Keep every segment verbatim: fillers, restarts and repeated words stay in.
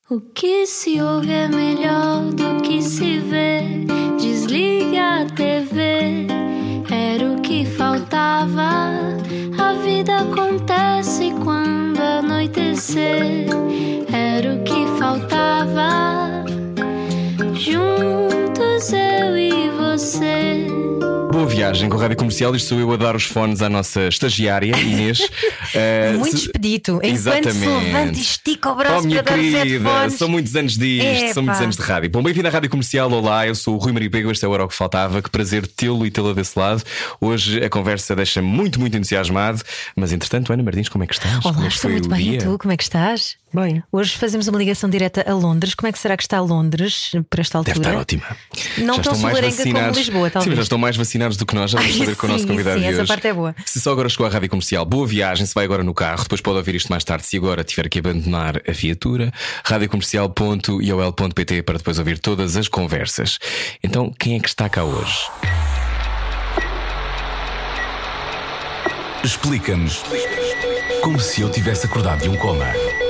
O que se ouve é melhor do que se vê. Desliga a T V, era o que faltava. A vida acontece quando anoitecer, era o que faltava. Juntos eu e você. Boa viagem com a Rádio Comercial. Isto sou eu a dar os fones à nossa estagiária Inês. uh, Muito se... expedito. Enquanto Exatamente. se levanta e estica o braço oh, minha para querida, dar os headphones. São muitos anos disto, Epa. são muitos anos de rádio. Bom, bem-vindo à Rádio Comercial. Olá, eu sou o Rui Maria Pego. Este é o Era o que Faltava. Que prazer tê-lo e tê-la desse lado. Hoje a conversa deixa-me muito, muito entusiasmado. Mas entretanto, Ana Martins, como é que estás? Olá, como é que estou foi muito o bem. dia? E tu, como é que estás? Bem. Hoje fazemos uma ligação direta a Londres. Como é que será que está Londres para esta altura? Deve estar ótima. Não já tão estão mais solarenga como vacinados. Lisboa, talvez. Sim, mas já estão mais vacinados do que nós. Já vamos saber com o nosso Sim, convidado sim, de essa hoje. parte é boa. Se só agora chegou à Rádio Comercial, boa viagem. Se vai agora no carro, depois pode ouvir isto mais tarde. Se agora tiver que abandonar a viatura, radiocomercial ponto i o l ponto p t para depois ouvir todas as conversas. Então, quem é que está cá hoje? Explica-nos como se eu tivesse acordado de um coma.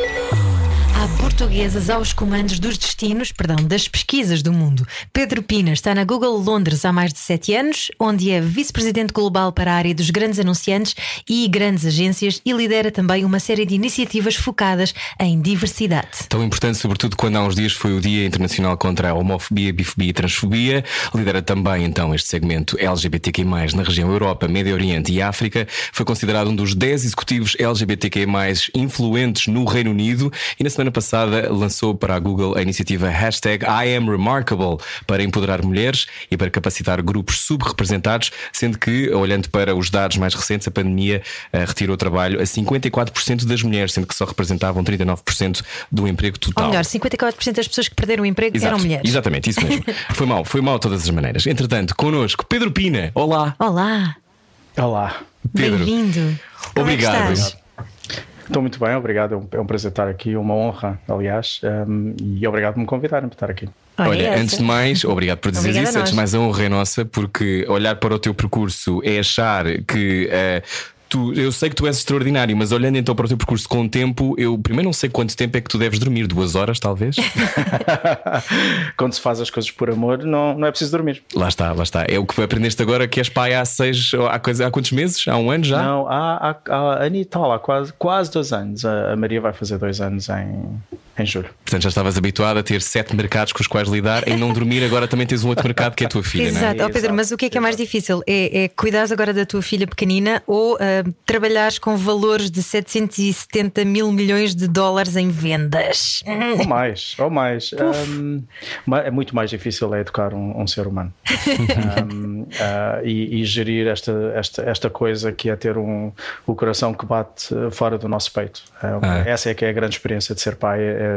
Há portuguesas aos comandos dos destinos, perdão, das pesquisas do mundo. Pedro Pina está na Google Londres há mais de sete anos, onde é vice-presidente global para a área dos grandes anunciantes e grandes agências e lidera também uma série de iniciativas focadas em diversidade. Tão importante, sobretudo quando há uns dias foi o Dia Internacional contra a Homofobia, Bifobia e Transfobia. Lidera também então este segmento L G B T Q mais, na região Europa, Médio Oriente e África. Foi considerado um dos dez executivos L G B T Q mais influentes no Reino Unido e na semana passada lançou para a Google a iniciativa hashtag I am Remarkable para empoderar mulheres e para capacitar grupos subrepresentados, sendo que, olhando para os dados mais recentes, a pandemia uh, retirou trabalho a cinquenta e quatro por cento das mulheres, sendo que só representavam trinta e nove por cento do emprego total. Ou melhor, cinquenta e quatro por cento das pessoas que perderam o emprego Exato, eram mulheres. Exatamente, isso mesmo. Foi mal, foi mal de todas as maneiras. Entretanto, connosco, Pedro Pina. Olá. Olá. Olá. Pedro. Bem-vindo. Como Obrigado. É que estás? Estou muito bem, obrigado. É um, é um prazer estar aqui, uma honra, aliás, um, e obrigado por me convidarem para estar aqui. Olha, essa. antes de mais, obrigado por dizer Obrigada isso. a Antes de nós. mais, a honra é nossa, porque olhar para o teu percurso é achar que. Uh, Tu, eu sei que tu és extraordinário, mas olhando então para o teu percurso com o tempo, eu primeiro não sei quanto tempo é que tu deves dormir, duas horas talvez? Quando se faz as coisas por amor, não, não é preciso dormir. Lá está, lá está. É o que aprendeste agora, que és pai há seis, há, coisa, há quantos meses? Há um ano já? Não, há, há, há ano e tal, há quase, quase dois anos. A, a Maria vai fazer dois anos em, em julho. Portanto, já estavas habituado a ter sete mercados com os quais lidar, em não dormir, agora também tens um outro mercado que é a tua filha, Exato, não é? oh, Pedro, mas o que é que é mais difícil? É, é cuidares agora da tua filha pequenina ou uh, trabalhares com valores de setecentos e setenta mil milhões de dólares em vendas? Ou mais, ou mais. Um, é muito mais difícil é educar um, um ser humano um, uh, e, e gerir esta, esta, esta coisa que é ter um, o coração que bate fora do nosso peito. Uh, ah. Essa é que é a grande experiência de ser pai. É,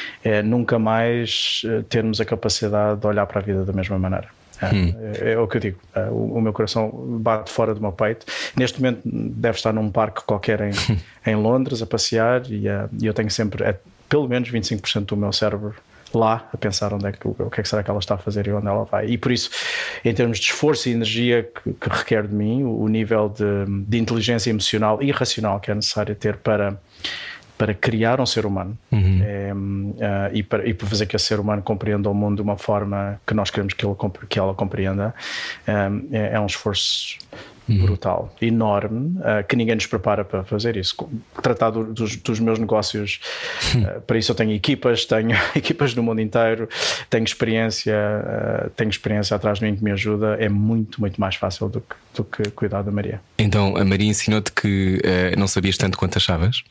é nunca mais termos a capacidade de olhar para a vida da mesma maneira. Hum. É, é o que eu digo. O, o meu coração bate fora do meu peito. Neste momento deve estar num parque qualquer em, em Londres a passear e uh, eu tenho sempre é, pelo menos vinte e cinco por cento do meu cérebro lá a pensar onde é que, o que é que será que ela está a fazer e onde ela vai. E por isso, em termos de esforço e energia que, que requer de mim, o, o nível de, de inteligência emocional e racional que é necessário ter para para criar um ser humano uhum. é, uh, e, para, e para fazer que esse ser humano compreenda o mundo de uma forma que nós queremos que, ele, que ela compreenda, um, é, é um esforço uhum. brutal, enorme, uh, que ninguém nos prepara para fazer isso. Tratar do, dos, dos meus negócios, uh, para isso eu tenho equipas, tenho equipas no mundo inteiro, tenho experiência, uh, tenho experiência atrás de mim que me ajuda, é muito, muito mais fácil do que, do que cuidar da Maria. Então a Maria ensinou-te que uh, não sabias tanto quanto achavas?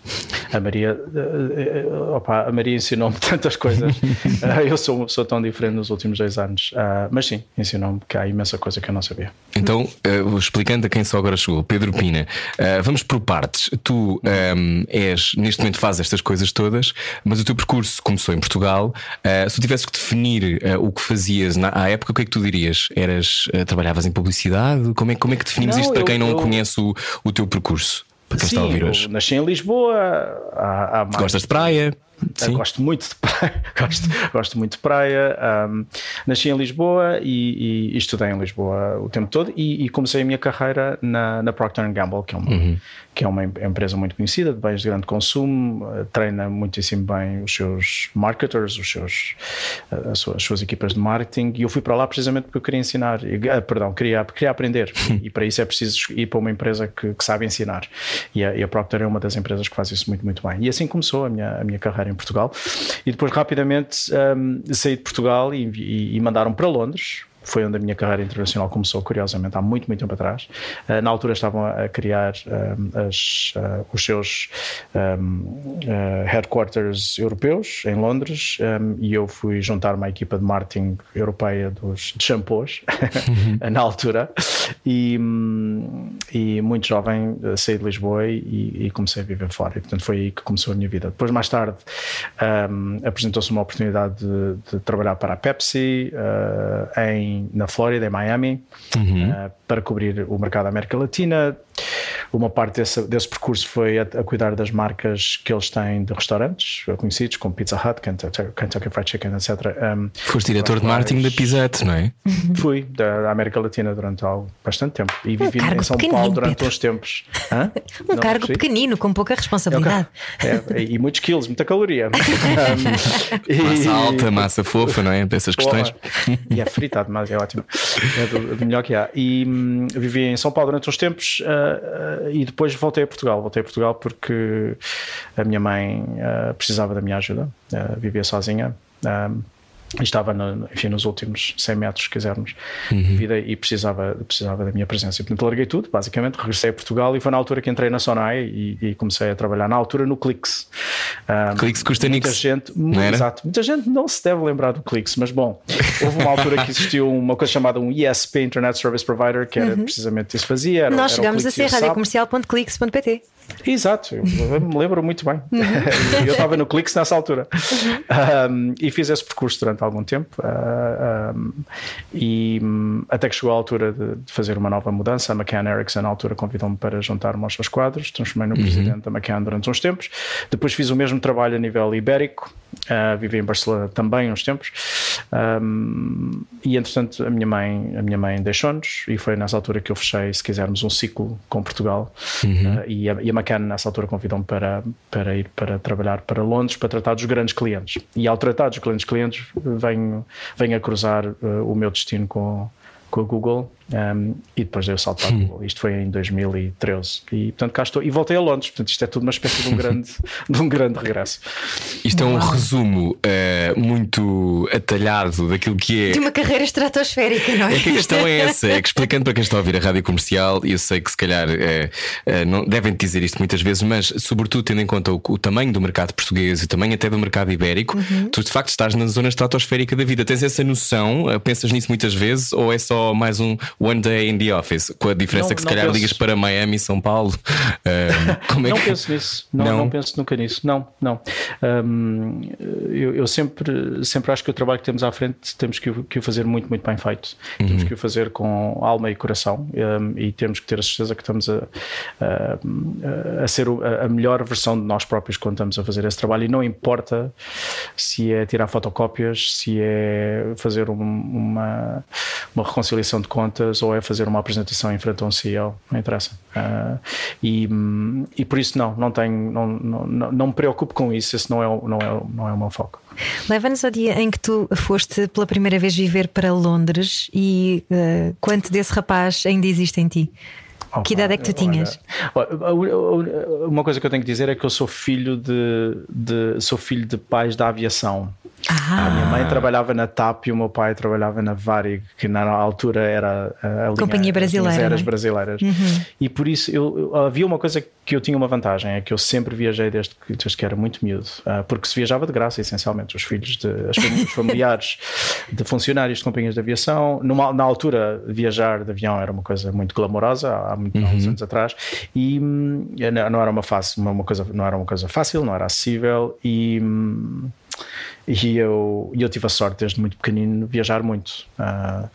A Maria, uh, opa, a Maria ensinou-me tantas coisas. uh, eu sou uma pessoa tão diferente nos últimos dois anos, uh, mas sim, ensinou-me que há imensa coisa que eu não sabia. Então, uh, explicando a quem só agora chegou, Pedro Pina, uh, vamos por partes. Tu um, és, neste momento fazes estas coisas todas, mas o teu percurso começou em Portugal. Uh, se tu tivesses que definir uh, o que fazias na à época, o que é que tu dirias? Eras, uh, trabalhavas em publicidade? Como é, como é que defines não, isto para eu, quem não eu... conhece o, o teu percurso? Para quem Sim, está a ouvir hoje. eu nasci em Lisboa. Há, há mais... Gostas de praia? Uh, gosto muito de praia, gosto, gosto muito de praia. Um, nasci em Lisboa e, e, e estudei em Lisboa o tempo todo e, e comecei a minha carreira na, na Procter and Gamble, que é, uma, uhum. que é uma empresa muito conhecida de bens de grande consumo, uh, treina muitíssimo bem os seus marketers, os seus, uh, as, suas, as suas equipas de marketing, e eu fui para lá precisamente porque eu queria ensinar, uh, perdão, queria, queria aprender e, e para isso é preciso ir para uma empresa que, que sabe ensinar, e a, e a Procter é uma das empresas que faz isso muito, muito bem, e assim começou a minha, a minha carreira em Portugal. E depois rapidamente um, saí de Portugal e, e, e mandaram para Londres. Foi onde a minha carreira internacional começou, curiosamente, há muito, muito tempo atrás. Uh, na altura estavam a criar um, as, uh, os seus um, uh, headquarters europeus em Londres, um, e eu fui juntar-me à equipa de marketing europeia dos, de shampoos, na altura, e, um, e muito jovem saí de Lisboa e, e comecei a viver fora. E, portanto, foi aí que começou a minha vida. Depois, mais tarde, um, apresentou-se uma oportunidade de, de trabalhar para a Pepsi, uh, em na Flórida, em Miami, uhum. uh, para cobrir o mercado da América Latina. Uma parte desse, desse percurso foi a, a cuidar das marcas que eles têm de restaurantes conhecidos, como Pizza Hut, Kentucky, Kentucky Fried Chicken, etcétera. Um, Foste diretor de marketing da Pizza Hut, não é? Fui, da América Latina durante algo, bastante tempo. E vivi um em São Paulo durante Pedro. uns tempos. Hã? Um não, cargo pequenino, com pouca responsabilidade. É, é, e muitos quilos, muita caloria. um, massa e, alta, massa fofa, não é? Dessas questões. E é fritado, mas é ótimo. É do, do melhor que há. E hum, vivi em São Paulo durante uns tempos. Uh, uh, e depois voltei a Portugal. Voltei a Portugal porque a minha mãe uh, precisava da minha ajuda, uh, vivia sozinha. Um, Estava no, enfim, nos últimos cem metros, se quisermos, uhum. de vida, e precisava, precisava da minha presença. E, portanto, larguei tudo, basicamente, regressei a Portugal, e foi na altura que entrei na Sonai e, e comecei a trabalhar na altura no Clix. Um, Clix custa muita nix. gente, exato, muita gente não se deve lembrar do Clix, mas bom, houve uma altura que existiu uma coisa chamada um I S P, Internet Service Provider, que era uhum. precisamente isso que fazia. Era, Nós era chegámos a ser radiocomercial ponto clix ponto pt. Exato, eu me lembro muito bem. Uhum. Eu estava no Clix nessa altura, uhum. um, e fiz esse percurso durante algum tempo, uh, um, e um, até que chegou a altura de, de fazer uma nova mudança. A McCann Erickson na altura convidou-me para juntar-me aos seus quadros, transformei no uhum. presidente da McCann durante uns tempos. Depois fiz o mesmo trabalho a nível ibérico, uh, vivi em Barcelona também uns tempos, um, e entretanto a minha mãe, a minha mãe deixou-nos, e foi nessa altura que eu fechei, se quisermos, um ciclo com Portugal, uhum. uh, e, a, e a McCann nessa altura convidou-me para, para ir para trabalhar para Londres, para tratar dos grandes clientes, e ao tratar dos grandes clientes venho, venho a cruzar uh, o meu destino com, com a Google, um, e depois dei o salto para a Google. Isto foi em dois mil e treze e portanto cá estou, e voltei a Londres. Portanto, isto é tudo uma espécie de um grande, de um grande regresso. Isto é um Uau. resumo uh, muito atalhado daquilo que é de uma carreira estratosférica, não é? É que a questão é essa, é que, explicando para quem está a ouvir a rádio comercial, e eu sei que se calhar é, é, não devem dizer isto muitas vezes, mas sobretudo tendo em conta o, o tamanho do mercado português e o tamanho até do mercado ibérico, uhum. tu de facto estás na zona estratosférica da vida. Tens essa noção? Pensas nisso muitas vezes, ou é só mais um one day in the office, com a diferença não, que se calhar penso. ligas para Miami, São Paulo? Uh, como é não que... penso nisso, não, não? não penso nunca nisso, não, não. Um, eu, eu sempre, sempre acho que o trabalho que temos à frente temos que o, que o fazer muito, muito bem feito. Uhum. Temos que o fazer com alma e coração, um, e temos que ter a certeza que estamos a, a, a ser a, a melhor versão de nós próprios quando estamos a fazer esse trabalho, e não importa se é tirar fotocópias, se é fazer um, uma, uma reconciliação de contas, ou é fazer uma apresentação em frente a um C E O, não interessa. Uh, e, e por isso não, não tenho, não, não, não me preocupo com isso. Esse não é, não é, não é o meu foco. Leva-nos ao dia em que tu foste pela primeira vez viver para Londres, e uh, quanto desse rapaz ainda existe em ti? Opa, que idade é que tu tinhas? Olha, uma coisa que eu tenho que dizer é que eu sou filho de, de sou filho de pais da aviação. Ah. A minha mãe trabalhava na T A P e o meu pai trabalhava na Varig, que na altura era a, a companhia linha, brasileira, as brasileiras. Uhum. E por isso eu, eu, havia uma coisa que eu tinha uma vantagem, é que eu sempre viajei desde que, desde que era muito miúdo, uh, porque se viajava de graça, essencialmente. Os filhos de as famílias, os familiares de funcionários de companhias de aviação, numa, na altura viajar de avião era uma coisa muito glamourosa, há muitos uhum. anos atrás, e hum, não era uma, fácil, uma, uma coisa, não era uma coisa fácil, não era acessível, e hum, E eu, eu tive a sorte desde muito pequenino de viajar muito. Uh,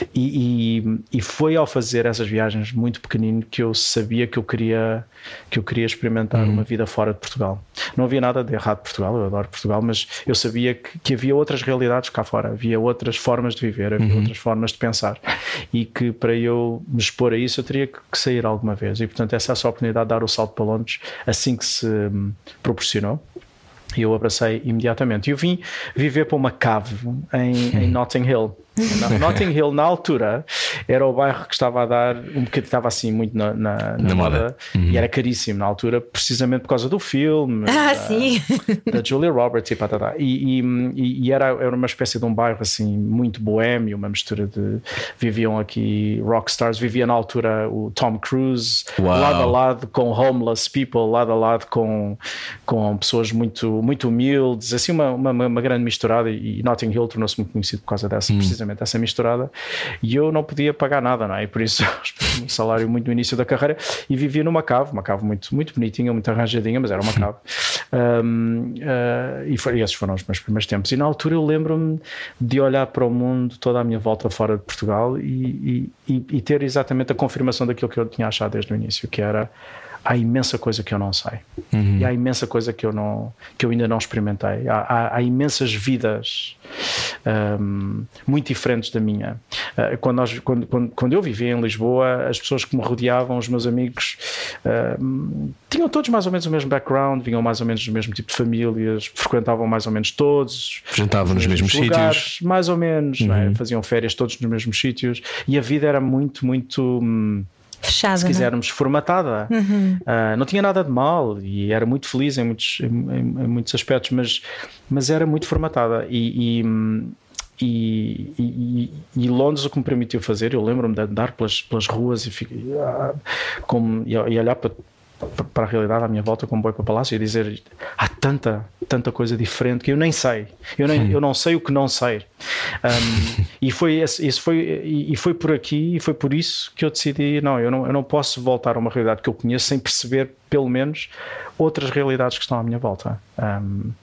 e, e, e foi ao fazer essas viagens muito pequenino que eu sabia que eu queria, que eu queria experimentar uhum. uma vida fora de Portugal. Não havia nada de errado de Portugal, eu adoro Portugal, mas eu sabia que, que havia outras realidades cá fora, havia outras formas de viver, havia uhum. outras formas de pensar. E que para eu me expor a isso eu teria que, que sair alguma vez. E portanto essa é essa oportunidade de dar o salto para Londres assim que se um, proporcionou. E eu abracei imediatamente. E eu vim viver para uma cave em, em Notting Hill. Notting Hill, na altura, era o bairro que estava a dar um bocadinho, estava assim muito na, na, na, na moda, moda. Uhum. E era caríssimo na altura, precisamente por causa do filme ah, da, sim. da Julia Roberts e patata. E, e, e era, era uma espécie de um bairro assim muito boémio, uma mistura de. Viviam aqui rockstars, vivia na altura o Tom Cruise, Uau. lado a lado com homeless people, lado a lado com, com pessoas muito, muito humildes, assim uma, uma, uma grande misturada. E Notting Hill tornou-se muito conhecido por causa dessa, hum. precisamente essa misturada, e eu não podia pagar nada, não é? E por isso um salário muito no início da carreira, e vivia numa cave, uma cave muito, muito bonitinha, muito arranjadinha, mas era uma cave. Um, uh, e, foi, e esses foram os meus primeiros tempos. E na altura eu lembro-me de olhar para o mundo toda a minha volta fora de Portugal e, e, e ter exatamente a confirmação daquilo que eu tinha achado desde o início, que era: há imensa coisa que eu não sei, uhum. e há imensa coisa que eu, não, que eu ainda não experimentei. Há, há, há imensas vidas um, muito diferentes da minha. Uh, quando, nós, quando, quando, quando eu vivia em Lisboa, as pessoas que me rodeavam, os meus amigos, uh, tinham todos mais ou menos o mesmo background, vinham mais ou menos do mesmo tipo de famílias, frequentavam mais ou menos todos, frequentavam nos mesmos lugares, sítios, mais ou menos, uhum. não é? Faziam férias todos nos mesmos sítios, e a vida era muito, muito... Hum, fechada, se quisermos, não? formatada. Uhum. Uh, não tinha nada de mal e era muito feliz em muitos, em, em, em muitos aspectos, mas, mas era muito formatada. E, e, e, e, e Londres o que me permitiu fazer, eu lembro-me de andar pelas, pelas ruas e, uh, como, e, e olhar para, para a realidade à minha volta como boi para o palácio e dizer: há tanta, tanta coisa diferente que eu nem sei, eu, nem, eu não sei o que não sei. Um, e, foi esse, esse foi, e foi por aqui e foi por isso que eu decidi: não, eu não, eu não posso voltar a uma realidade que eu conheço sem perceber pelo menos outras realidades que estão à minha volta. Um,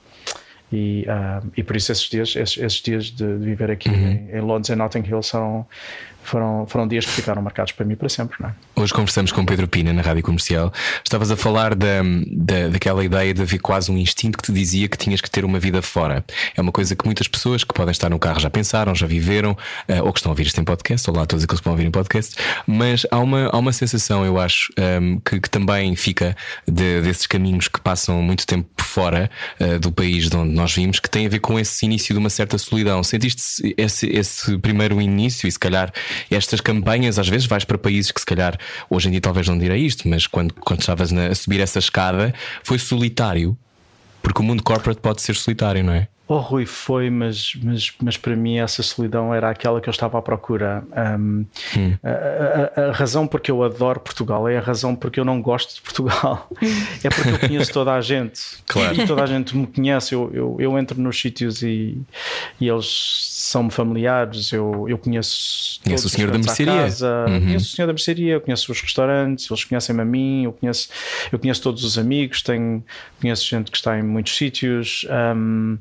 E, uh, e por isso esses dias, esses, esses dias de, de viver aqui uhum. em, em Londres, em Notting Hill, são, foram, foram dias que ficaram marcados para mim para sempre, não é? Hoje conversamos com Pedro Pina na Rádio Comercial. Estavas a falar da, da, daquela ideia de haver quase um instinto que te dizia que tinhas que ter uma vida fora. É uma coisa que muitas pessoas que podem estar no carro já pensaram, já viveram, uh, ou que estão a ouvir isto em podcast, ou lá todos aqueles que vão ouvir em podcast. Mas há uma, há uma sensação, eu acho, um, que, que também fica de, desses caminhos que passam muito tempo fora uh, do país de onde nós vimos, que tem a ver com esse início de uma certa solidão. Sentiste esse, esse primeiro início e se calhar estas campanhas, às vezes vais para países que se calhar hoje em dia talvez não direi isto, mas quando, quando estavas na, a subir essa escada foi solitário, porque o mundo corporate pode ser solitário, não é? Oh, Rui, foi, mas, mas, mas para mim essa solidão era aquela que eu estava à procura. Um, hum. a, a, a razão porque eu adoro Portugal é a razão porque eu não gosto de Portugal. É porque eu conheço toda a gente. Claro. E toda a gente me conhece. Eu, eu, eu entro nos sítios e, e eles são-me familiares. Eu, eu conheço Conheço o senhor da mercearia. Casa, uhum. Conheço o senhor da mercearia, eu conheço os restaurantes, eles conhecem-me a mim, eu conheço, eu conheço todos os amigos, tenho, conheço gente que está em muitos sítios. Um,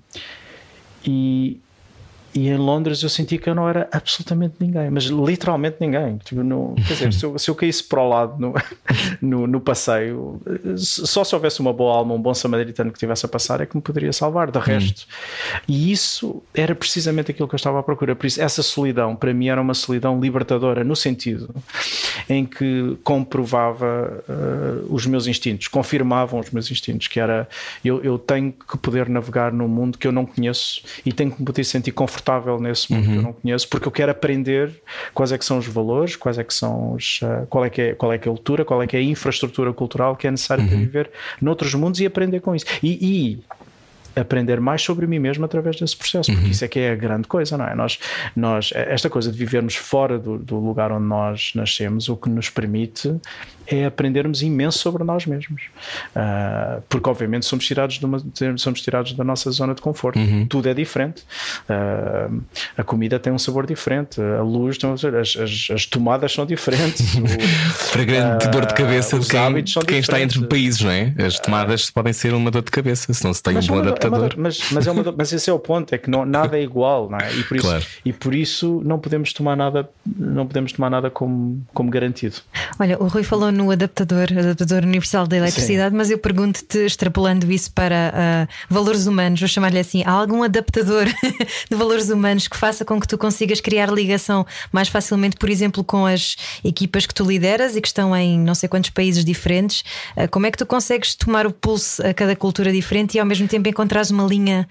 E, e em Londres eu senti que eu não era absolutamente ninguém, mas literalmente ninguém. Tipo, não, quer dizer, se eu, se eu caísse para o lado no, no, no passeio, só se houvesse uma boa alma, um bom samaritano que estivesse a passar é que me poderia salvar. De resto, hum. e isso era precisamente aquilo que eu estava à procura. Por isso, essa solidão para mim era uma solidão libertadora, no sentido em que comprovava uh, os meus instintos, confirmavam os meus instintos, que era eu, eu tenho que poder navegar num mundo que eu não conheço e tenho que me poder sentir confortável nesse mundo uhum. que eu não conheço, porque eu quero aprender quais é que são os valores, quais é que são os, uh, qual é que é, qual é que é a cultura, qual é que é a infraestrutura cultural que é necessária uhum. para viver noutros mundos e aprender com isso. E, e aprender mais sobre mim mesmo através desse processo, porque uhum. isso é que é a grande coisa, não é? Nós, nós, esta coisa de vivermos fora do, do lugar onde nós nascemos, o que nos permite é aprendermos imenso sobre nós mesmos, uh, porque obviamente somos tirados, de uma, somos tirados da nossa zona de conforto. Uhum. Tudo é diferente, uh, a comida tem um sabor diferente, a luz tem um sabor, as, as, as tomadas são diferentes. O, para grande uh, dor de cabeça de quem, de quem está entre países, não é? As tomadas uh, podem ser uma dor de cabeça se não se tem uma boa adaptação. adaptador. É uma, mas, mas, é uma, mas esse é o ponto, é que não, nada é igual, não é? E por isso, claro. e por isso não podemos tomar nada, não podemos tomar nada como, como garantido. Olha, o Rui falou no adaptador, adaptador universal da eletricidade, sim. Mas eu pergunto-te, extrapolando isso para uh, valores humanos, vou chamar-lhe assim, há algum adaptador de valores humanos que faça com que tu consigas criar ligação mais facilmente, por exemplo, com as equipas que tu lideras e que estão em não sei quantos países diferentes? Uh, como é que tu consegues tomar o pulso a cada cultura diferente e ao mesmo tempo encontrares uma linha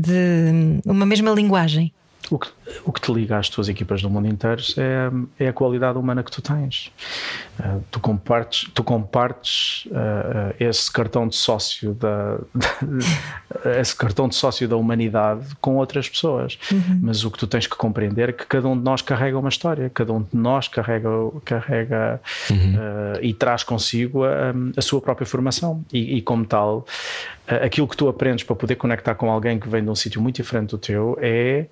de uma mesma linguagem? O que, o que te liga às tuas equipas do mundo inteiro é, é a qualidade humana que tu tens. Uh, tu compartes, tu compartes uh, esse cartão de sócio da, da esse cartão de sócio da humanidade com outras pessoas. Uhum. Mas o que tu tens que compreender é que cada um de nós carrega uma história, cada um de nós carrega, carrega uhum. uh, e traz consigo a, a sua própria formação. E, e como tal, uh, aquilo que tu aprendes para poder conectar com alguém que vem de um sítio muito diferente do teu é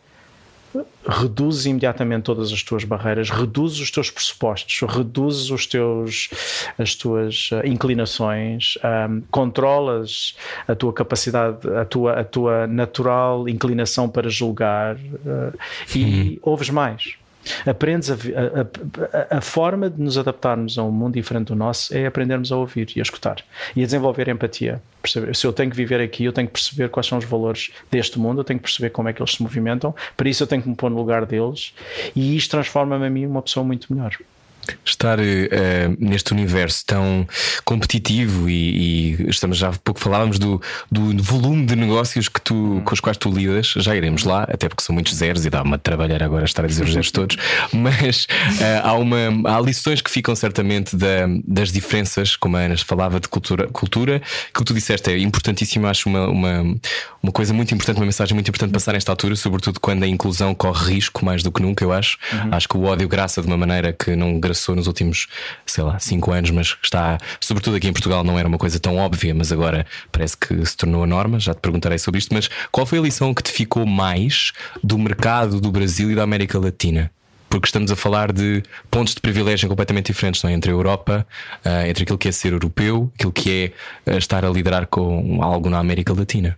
reduzes imediatamente todas as tuas barreiras, reduzes os teus pressupostos, reduzes os teus, as tuas inclinações, um, controlas a tua capacidade, a tua, a tua natural inclinação para julgar uh, e ouves mais. Aprendes a, a, a, a forma de nos adaptarmos a um mundo diferente do nosso é aprendermos a ouvir e a escutar e a desenvolver empatia. Perceber? Se eu tenho que viver aqui, eu tenho que perceber quais são os valores deste mundo, eu tenho que perceber como é que eles se movimentam, para isso eu tenho que me pôr no lugar deles, e isto transforma-me a mim uma pessoa muito melhor. Estar uh, neste universo tão competitivo e, e estamos já há pouco falávamos do, do volume de negócios que tu, hum. com os quais tu lidas. Já iremos lá, até porque são muitos zeros e dá uma trabalhar agora estar a dizer os zeros todos. Mas uh, há, uma, há lições que ficam certamente da, das diferenças, como a Ana falava de cultura, cultura que o que tu disseste é importantíssimo. Acho uma, uma, uma coisa muito importante, uma mensagem muito importante passar nesta altura, sobretudo quando a inclusão corre risco mais do que nunca. Eu acho, uhum. acho que o ódio graça de uma maneira que não nos últimos, sei lá, cinco anos, mas está, sobretudo aqui em Portugal, não era uma coisa tão óbvia, mas agora parece que se tornou a norma. Já te perguntarei sobre isto, mas qual foi a lição que te ficou mais do mercado do Brasil e da América Latina? Porque estamos a falar de pontos de privilégio completamente diferentes, não é? Entre a Europa, uh, entre aquilo que é ser europeu, aquilo que é uh, estar a liderar com algo na América Latina.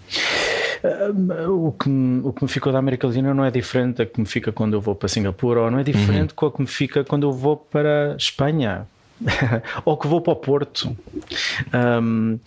O que, me, o que me ficou da América Latina não é diferente da que me fica quando eu vou para Singapura, ou não é diferente uhum. com a que me fica quando eu vou para Espanha ou que vou para o Porto. Um,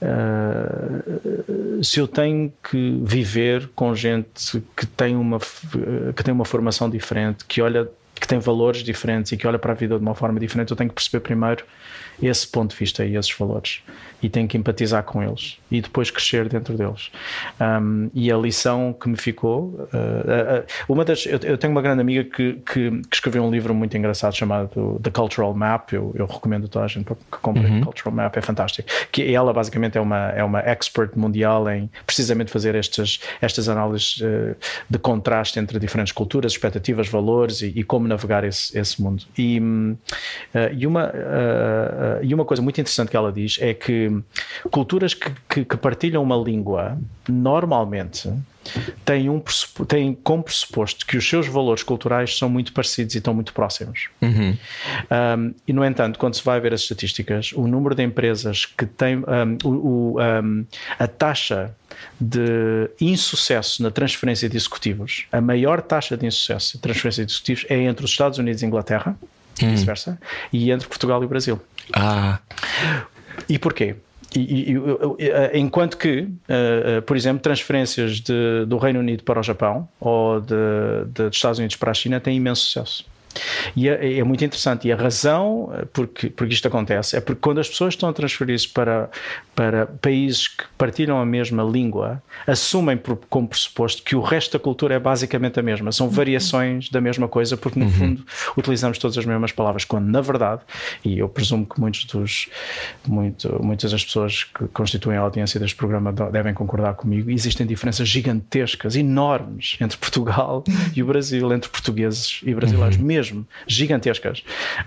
uh, se eu tenho que viver com gente que tem uma, que tem uma formação diferente, que olha, que tem valores diferentes e que olha para a vida de uma forma diferente, eu tenho que perceber primeiro esse ponto de vista e esses valores, e tenho que empatizar com eles e depois crescer dentro deles. Um, e a lição que me ficou, uh, uh, uh, uma das, eu, eu tenho uma grande amiga que, que, que escreveu um livro muito engraçado chamado The Cultural Map. Eu, eu recomendo a toda a gente que compre uhum. The Cultural Map, é fantástico. Que ela basicamente é uma, é uma expert mundial em precisamente fazer estas, estas análises uh, de contraste entre diferentes culturas, expectativas, valores e, e como navegar esse, esse mundo. E, uh, e uma uh, Uh, e uma coisa muito interessante que ela diz é que culturas que, que, que partilham uma língua normalmente têm, um, têm como pressuposto que os seus valores culturais são muito parecidos e estão muito próximos. Uhum. Um, e no entanto, quando se vai ver as estatísticas, o número de empresas que têm um, o, o, um, a taxa de insucesso na transferência de executivos, a maior taxa de insucesso na transferência de executivos é entre os Estados Unidos e a Inglaterra, hum. vice-versa, e entre Portugal e o Brasil. Ah. E porquê? E, e, e, enquanto que, uh, uh, por exemplo, transferências de, do Reino Unido para o Japão ou de, de, dos Estados Unidos para a China têm imenso sucesso. E é, é muito interessante, e a razão porque, porque isto acontece é porque quando as pessoas estão a transferir-se para, para países que partilham a mesma língua, assumem por, como pressuposto que o resto da cultura é basicamente a mesma, são variações da mesma coisa, porque no uhum. fundo utilizamos todas as mesmas palavras, quando na verdade, e eu presumo que muitos dos, muito, muitas das pessoas que constituem a audiência deste programa devem concordar comigo, existem diferenças gigantescas, enormes entre Portugal e o Brasil, entre portugueses e brasileiros, uhum. mesmo gigantescas,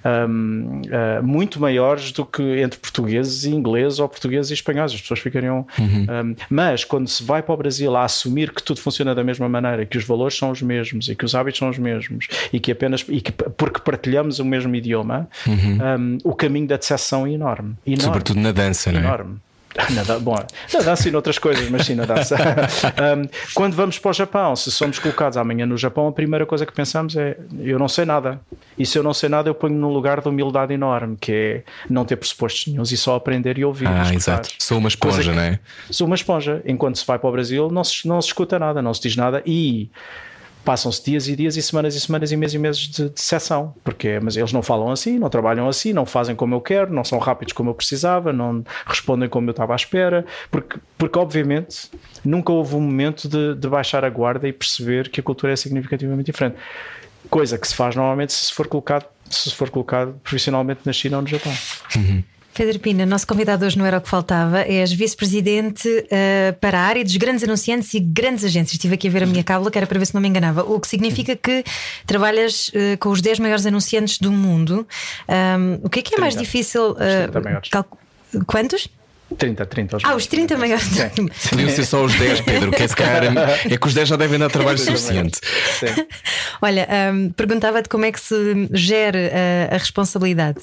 um, uh, muito maiores do que entre portugueses e ingleses ou portugueses e espanhóis. As pessoas ficariam uhum. um, mas quando se vai para o Brasil a assumir que tudo funciona da mesma maneira, que os valores são os mesmos e que os hábitos são os mesmos e que apenas e que, porque partilhamos o mesmo idioma, uhum. um, o caminho da decepção é enorme, enorme sobretudo na dança, não é? Enorme. Na, bom, na dança e noutras coisas, mas sim na dança. um, quando vamos para o Japão, se somos colocados amanhã no Japão, a primeira coisa que pensamos é: eu não sei nada. E se eu não sei nada, eu ponho num lugar de humildade enorme, que é não ter pressupostos nenhums e só aprender e ouvir. Ah, exato. Sou uma esponja, que, não é? Sou uma esponja. Enquanto se vai para o Brasil, não se, não se escuta nada, não se diz nada e passam-se dias e dias e semanas e semanas e meses e meses de, de sessão, porque mas eles não falam assim, não trabalham assim, não fazem como eu quero, não são rápidos como eu precisava, não respondem como eu estava à espera, porque, porque obviamente nunca houve um momento de, de baixar a guarda e perceber que a cultura é significativamente diferente, coisa que se faz normalmente se for colocado, se for colocado profissionalmente na China ou no Japão. Uhum. Pedro Pina, nosso convidado hoje não era o que faltava. És vice-presidente uh, para a área dos grandes anunciantes e grandes agências. Estive aqui a ver a minha cábula, que era para ver se não me enganava. O que significa que trabalhas uh, com os dez maiores anunciantes do mundo. Um, o que é que é mais difícil? Uh, calc... Quantos? trinta, trinta. Os ah, os trinta maiores. Podiam ser só os dez, Pedro, que é, se calhar, é que os dez já devem dar trabalho suficiente. Sim. Olha, um, perguntava-te como é que se gera a, a responsabilidade.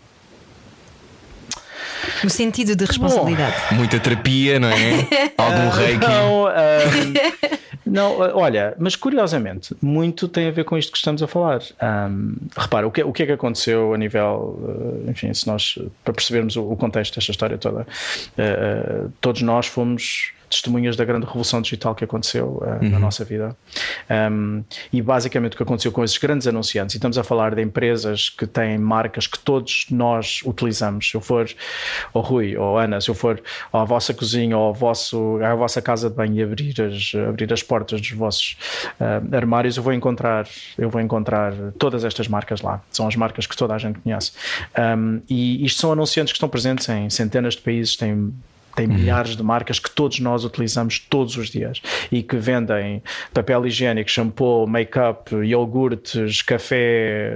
No sentido de responsabilidade. Bom, muita terapia, não é? Algum reiki. Não, um, não, olha, mas curiosamente, muito tem a ver com isto que estamos a falar. Um, repara, o que, o que é que aconteceu a nível, enfim, se nós, para percebermos o, o contexto desta história toda, uh, todos nós fomos testemunhas da grande revolução digital que aconteceu uh, uhum. na nossa vida. Um, e basicamente o que aconteceu com esses grandes anunciantes, e estamos a falar de empresas que têm marcas que todos nós utilizamos. Se eu for ao Rui ou Ana, se eu for à vossa cozinha ou ao vosso, à vossa casa de banho e abrir as, abrir as portas dos vossos uh, armários, eu vou encontrar eu vou encontrar todas estas marcas lá. São as marcas que toda a gente conhece. Um, e isto são anunciantes que estão presentes em centenas de países, têm Tem milhares de marcas que todos nós utilizamos todos os dias e que vendem papel higiênico, shampoo, make-up, iogurtes, café,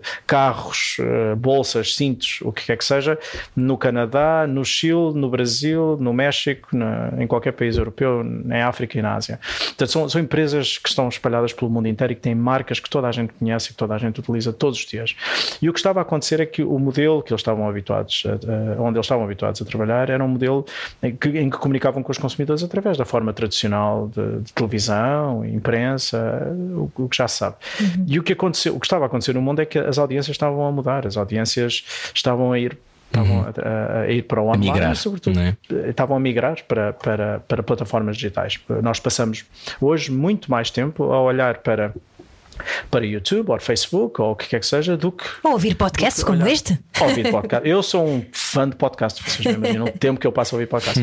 carros, bolsas, cintos, o que quer que seja, no Canadá, no Chile, no Brasil, no México, na, em qualquer país europeu, na África e na Ásia. Portanto, são, são empresas que estão espalhadas pelo mundo inteiro e que têm marcas que toda a gente conhece e que toda a gente utiliza todos os dias. E o que estava a acontecer é que o modelo que eles estavam habituados, a, a, onde eles estavam habituados a trabalhar, era um modelo Em que, em que comunicavam com os consumidores através da forma tradicional de, de televisão, imprensa, o, o que já se sabe. Uhum. E o que aconteceu, o que estava a acontecer no mundo é que as audiências estavam a mudar, as audiências estavam a ir estavam uhum. a, a ir para o online, migrar, mas sobretudo é? estavam a migrar para, para, para plataformas digitais. Nós passamos hoje muito mais tempo a olhar para para YouTube ou Facebook ou o que quer que seja do que ou ouvir podcasts como olhar, este ouvir podcast. Eu sou um fã de podcast, vocês não imaginam o tempo que eu passo a ouvir podcast.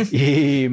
E,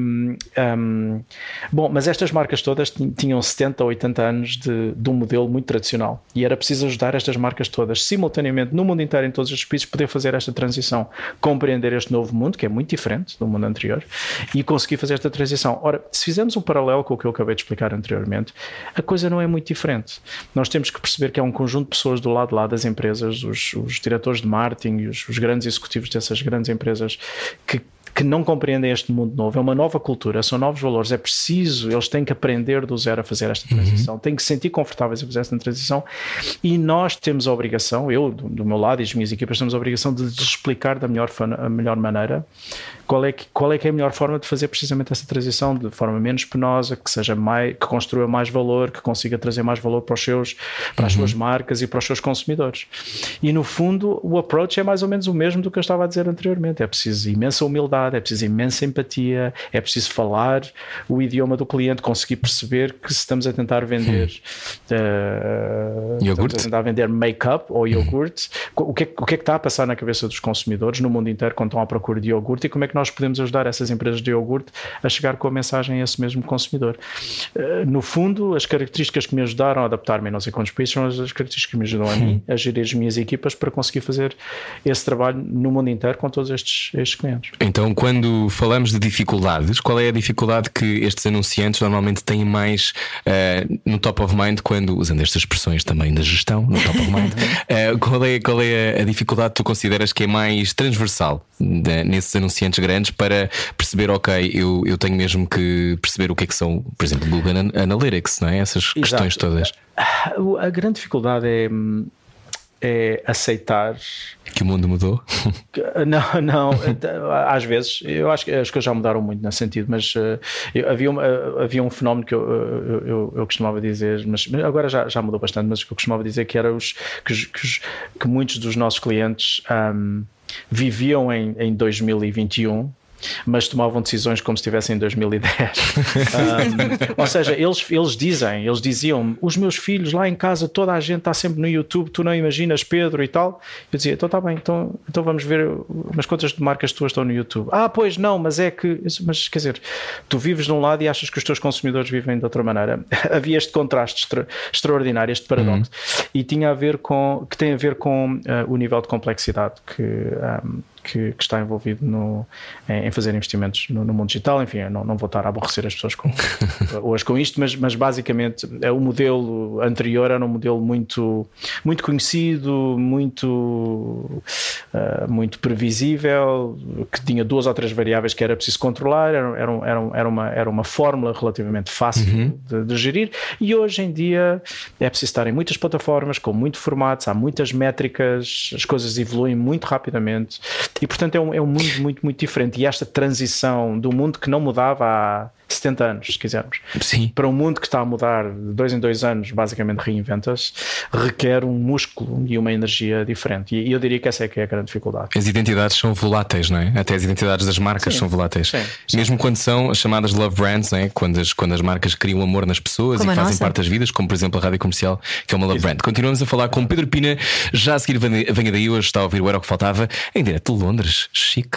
um, bom, mas estas marcas todas tinham setenta ou oitenta anos de, de um modelo muito tradicional e era preciso ajudar estas marcas todas simultaneamente no mundo inteiro, em todos os países, poder fazer esta transição, compreender este novo mundo que é muito diferente do mundo anterior e conseguir fazer esta transição. Ora, se fizermos um paralelo com o que eu acabei de explicar anteriormente, a coisa não é muito diferente. Nós temos que perceber que há um conjunto de pessoas do lado de lá das empresas, os, os diretores de marketing e os, os grandes executivos dessas grandes empresas que que não compreendem este mundo novo. É uma nova cultura, são novos valores, é preciso, eles têm que aprender do zero a fazer esta transição, uhum. têm que se sentir confortáveis a fazer esta transição e nós temos a obrigação, eu do, do meu lado e as minhas equipas temos a obrigação de lhes explicar da melhor, a melhor maneira qual é, que, qual é que é a melhor forma de fazer precisamente essa transição de forma menos penosa, que seja mais, que construa mais valor, que consiga trazer mais valor para os seus, para as uhum. suas marcas e para os seus consumidores. E no fundo o approach é mais ou menos o mesmo do que eu estava a dizer anteriormente, é preciso imensa humildade, é preciso imensa empatia, é preciso falar o idioma do cliente, conseguir perceber que se estamos a tentar vender uh, estamos a tentar vender make-up ou iogurte, hum. o, que é, o que é que está a passar na cabeça dos consumidores no mundo inteiro quando estão à procura de iogurte e como é que nós podemos ajudar essas empresas de iogurte a chegar com a mensagem a esse mesmo consumidor. Uh, no fundo, as características que me ajudaram a adaptar-me a não sei quantos países são as características que me ajudam a mim a gerir as minhas equipas para conseguir fazer esse trabalho no mundo inteiro com todos estes, estes clientes. Então, quando falamos de dificuldades, qual é a dificuldade que estes anunciantes normalmente têm mais uh, no top of mind, quando, usando estas expressões também da gestão, no top of mind, uh, qual é, qual é a dificuldade que tu consideras que é mais transversal de, nesses anunciantes grandes para perceber, ok, eu, eu tenho mesmo que perceber o que é que são, por exemplo, Google Analytics, não é? Essas Exato. Questões todas. A, a grande dificuldade é... é aceitar que o mundo mudou. Não, não, às vezes eu acho que as coisas já mudaram muito nesse sentido, mas uh, eu, havia, um, uh, havia um fenómeno que eu, eu, eu, eu costumava dizer, mas agora já, já mudou bastante, mas que eu costumava dizer que era os, que, que, que muitos dos nossos clientes um, viviam em, em dois mil e vinte e um, mas tomavam decisões como se estivessem em dois mil e dez. um, ou seja, eles, eles dizem, eles diziam, os meus filhos lá em casa, toda a gente está sempre no YouTube, tu não imaginas, Pedro e tal. Eu dizia, então está bem, então, então vamos ver, mas quantas de marcas tuas estão no YouTube? Ah, pois não, mas é que, mas quer dizer, tu vives de um lado e achas que os teus consumidores vivem de outra maneira. Havia este contraste extra, extraordinário, este paradoxo, uhum. e tinha a ver com, que tem a ver com uh, o nível de complexidade que... Um, Que, que está envolvido no, em fazer investimentos no, no mundo digital. Enfim, eu não, não vou estar a aborrecer as pessoas com, hoje com isto, mas, mas basicamente é o modelo anterior era um modelo muito, muito conhecido, muito, uh, muito previsível, que tinha duas ou três variáveis que era preciso controlar, era, era, era, era, uma, era uma fórmula relativamente fácil uhum. de, de gerir, e hoje em dia é preciso estar em muitas plataformas, com muitos formatos, há muitas métricas, as coisas evoluem muito rapidamente. E portanto é um, é um mundo muito, muito diferente. E esta transição do mundo que não mudava há setenta anos, se quisermos, Sim. para um mundo que está a mudar de dois em dois anos, basicamente reinventa-se, requer um músculo e uma energia diferente. E eu diria que essa é que é a grande dificuldade. As identidades são voláteis, não é? Até as identidades das marcas Sim. são voláteis. Sim. Sim. Mesmo quando são as chamadas love brands, não é? Quando as, quando as marcas criam amor nas pessoas como e fazem nossa. parte das vidas, como por exemplo a Rádio Comercial, que é uma love Exato. brand. Continuamos a falar com Pedro Pina. Já a seguir venha daí, hoje está a ouvir o Era o que Faltava, em direto de Londres. Chique.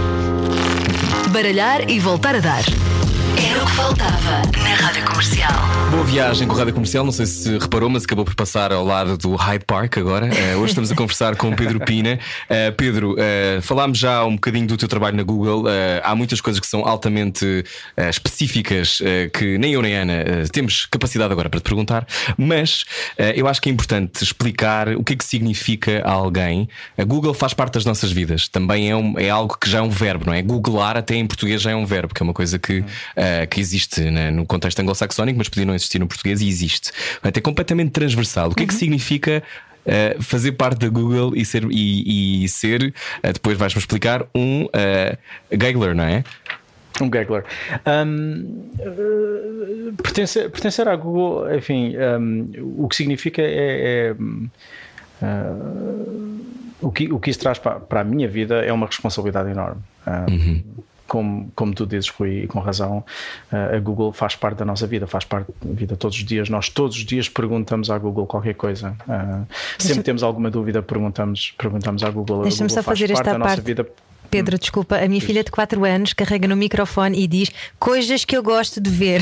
Baralhar e voltar a dar. Era o que faltava na Rádio Comercial. Boa viagem com a Rádio Comercial. Não sei se reparou, mas acabou por passar ao lado do Hyde Park agora. Uh, hoje estamos a conversar com o Pedro Pina. Uh, Pedro, uh, falámos já um bocadinho do teu trabalho na Google. Uh, há muitas coisas que são altamente uh, específicas, uh, que nem eu nem a Ana uh, temos capacidade agora para te perguntar. Mas uh, eu acho que é importante explicar o que é que significa a alguém. A Google faz parte das nossas vidas. Também é, um, é algo que já é um verbo, não é? Googlar até em português já é um verbo, que é uma coisa que... Uh, que existe, né, no contexto anglo-saxónico, mas podia não existir no português e existe. É completamente transversal. O que uhum. é que significa uh, fazer parte da Google e ser, e, e ser uh, depois vais-me explicar, um uh, Googler, não é? Um Googler. Um, uh, pertencer, pertencer à Google, enfim, um, o que significa é... é uh, o, que, o que isso traz para, para a minha vida é uma responsabilidade enorme. Um, uhum. Como, como tu dizes, Rui, e com razão, a Google faz parte da nossa vida, faz parte da vida todos os dias. Nós todos os dias perguntamos à Google qualquer coisa. Uh, sempre temos alguma dúvida, perguntamos, perguntamos à Google. Deixa-me só fazer esta parte. Nossa vida. Pedro, desculpa, a minha filha de quatro anos carrega no microfone e diz coisas que eu gosto de ver.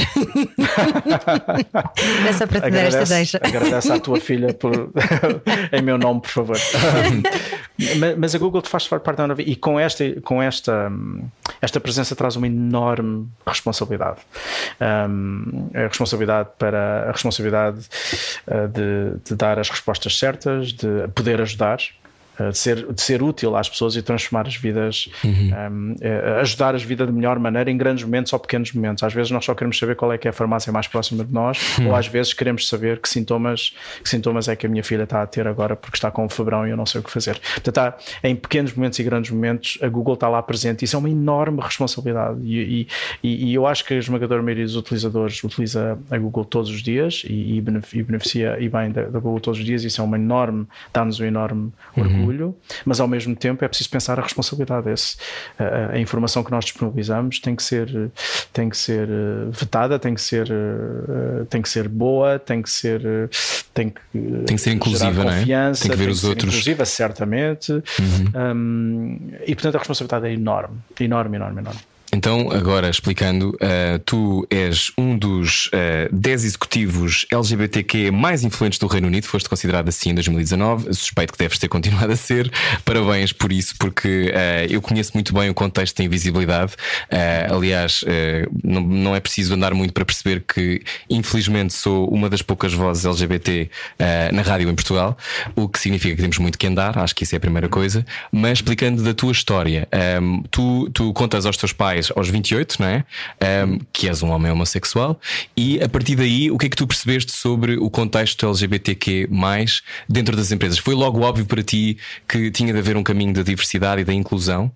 É só para te dar esta deixa. Agradeço à tua filha por... em meu nome, por favor. mas, mas a Google faz parte da nossa vida e com esta, com esta, esta presença traz uma enorme responsabilidade. Um, a responsabilidade para a responsabilidade uh, de, de dar as respostas certas, de poder ajudar. De ser, de ser útil às pessoas e transformar as vidas, uhum. um, ajudar as vidas de melhor maneira em grandes momentos ou pequenos momentos. Às vezes nós só queremos saber qual é que é a farmácia mais próxima de nós, uhum. ou às vezes queremos saber que sintomas, que sintomas é que a minha filha está a ter agora porque está com um febrão e eu não sei o que fazer. Portanto, há, em pequenos momentos e grandes momentos a Google está lá presente. Isso é uma enorme responsabilidade e, e, e eu acho que a esmagadora maioria dos utilizadores utiliza a Google todos os dias e, e beneficia e bem da, da Google todos os dias. Isso é uma enorme, dá-nos um enorme orgulho. Uhum. Mas ao mesmo tempo é preciso pensar a responsabilidade desse. A, a informação que nós disponibilizamos tem que ser, tem que ser vetada, tem que ser, tem que ser boa, tem que ser, tem que, tem que ser inclusiva, não é? Tem que ver tem os que ser outros. Inclusiva, certamente. Uhum. Um, e portanto a responsabilidade é enorme, enorme, enorme, enorme. Então, agora explicando, uh, tu és um dos uh, dez executivos L G B T Q mais influentes do Reino Unido, foste considerado assim em dois mil e dezanove, suspeito que deves ter continuado a ser. Parabéns por isso, porque uh, eu conheço muito bem o contexto da invisibilidade. Uh, aliás, uh, não, não é preciso andar muito para perceber que, infelizmente, sou uma das poucas vozes L G B T uh, na rádio em Portugal, o que significa que temos muito que andar, acho que isso é a primeira coisa. Mas explicando da tua história, um, tu, tu contas aos teus pais mais aos vinte e oito, não é? Um, que és um homem homossexual. E a partir daí, o que é que tu percebeste sobre o contexto L G B T Q mais, dentro das empresas? Foi logo óbvio para ti que tinha de haver um caminho da diversidade e da inclusão?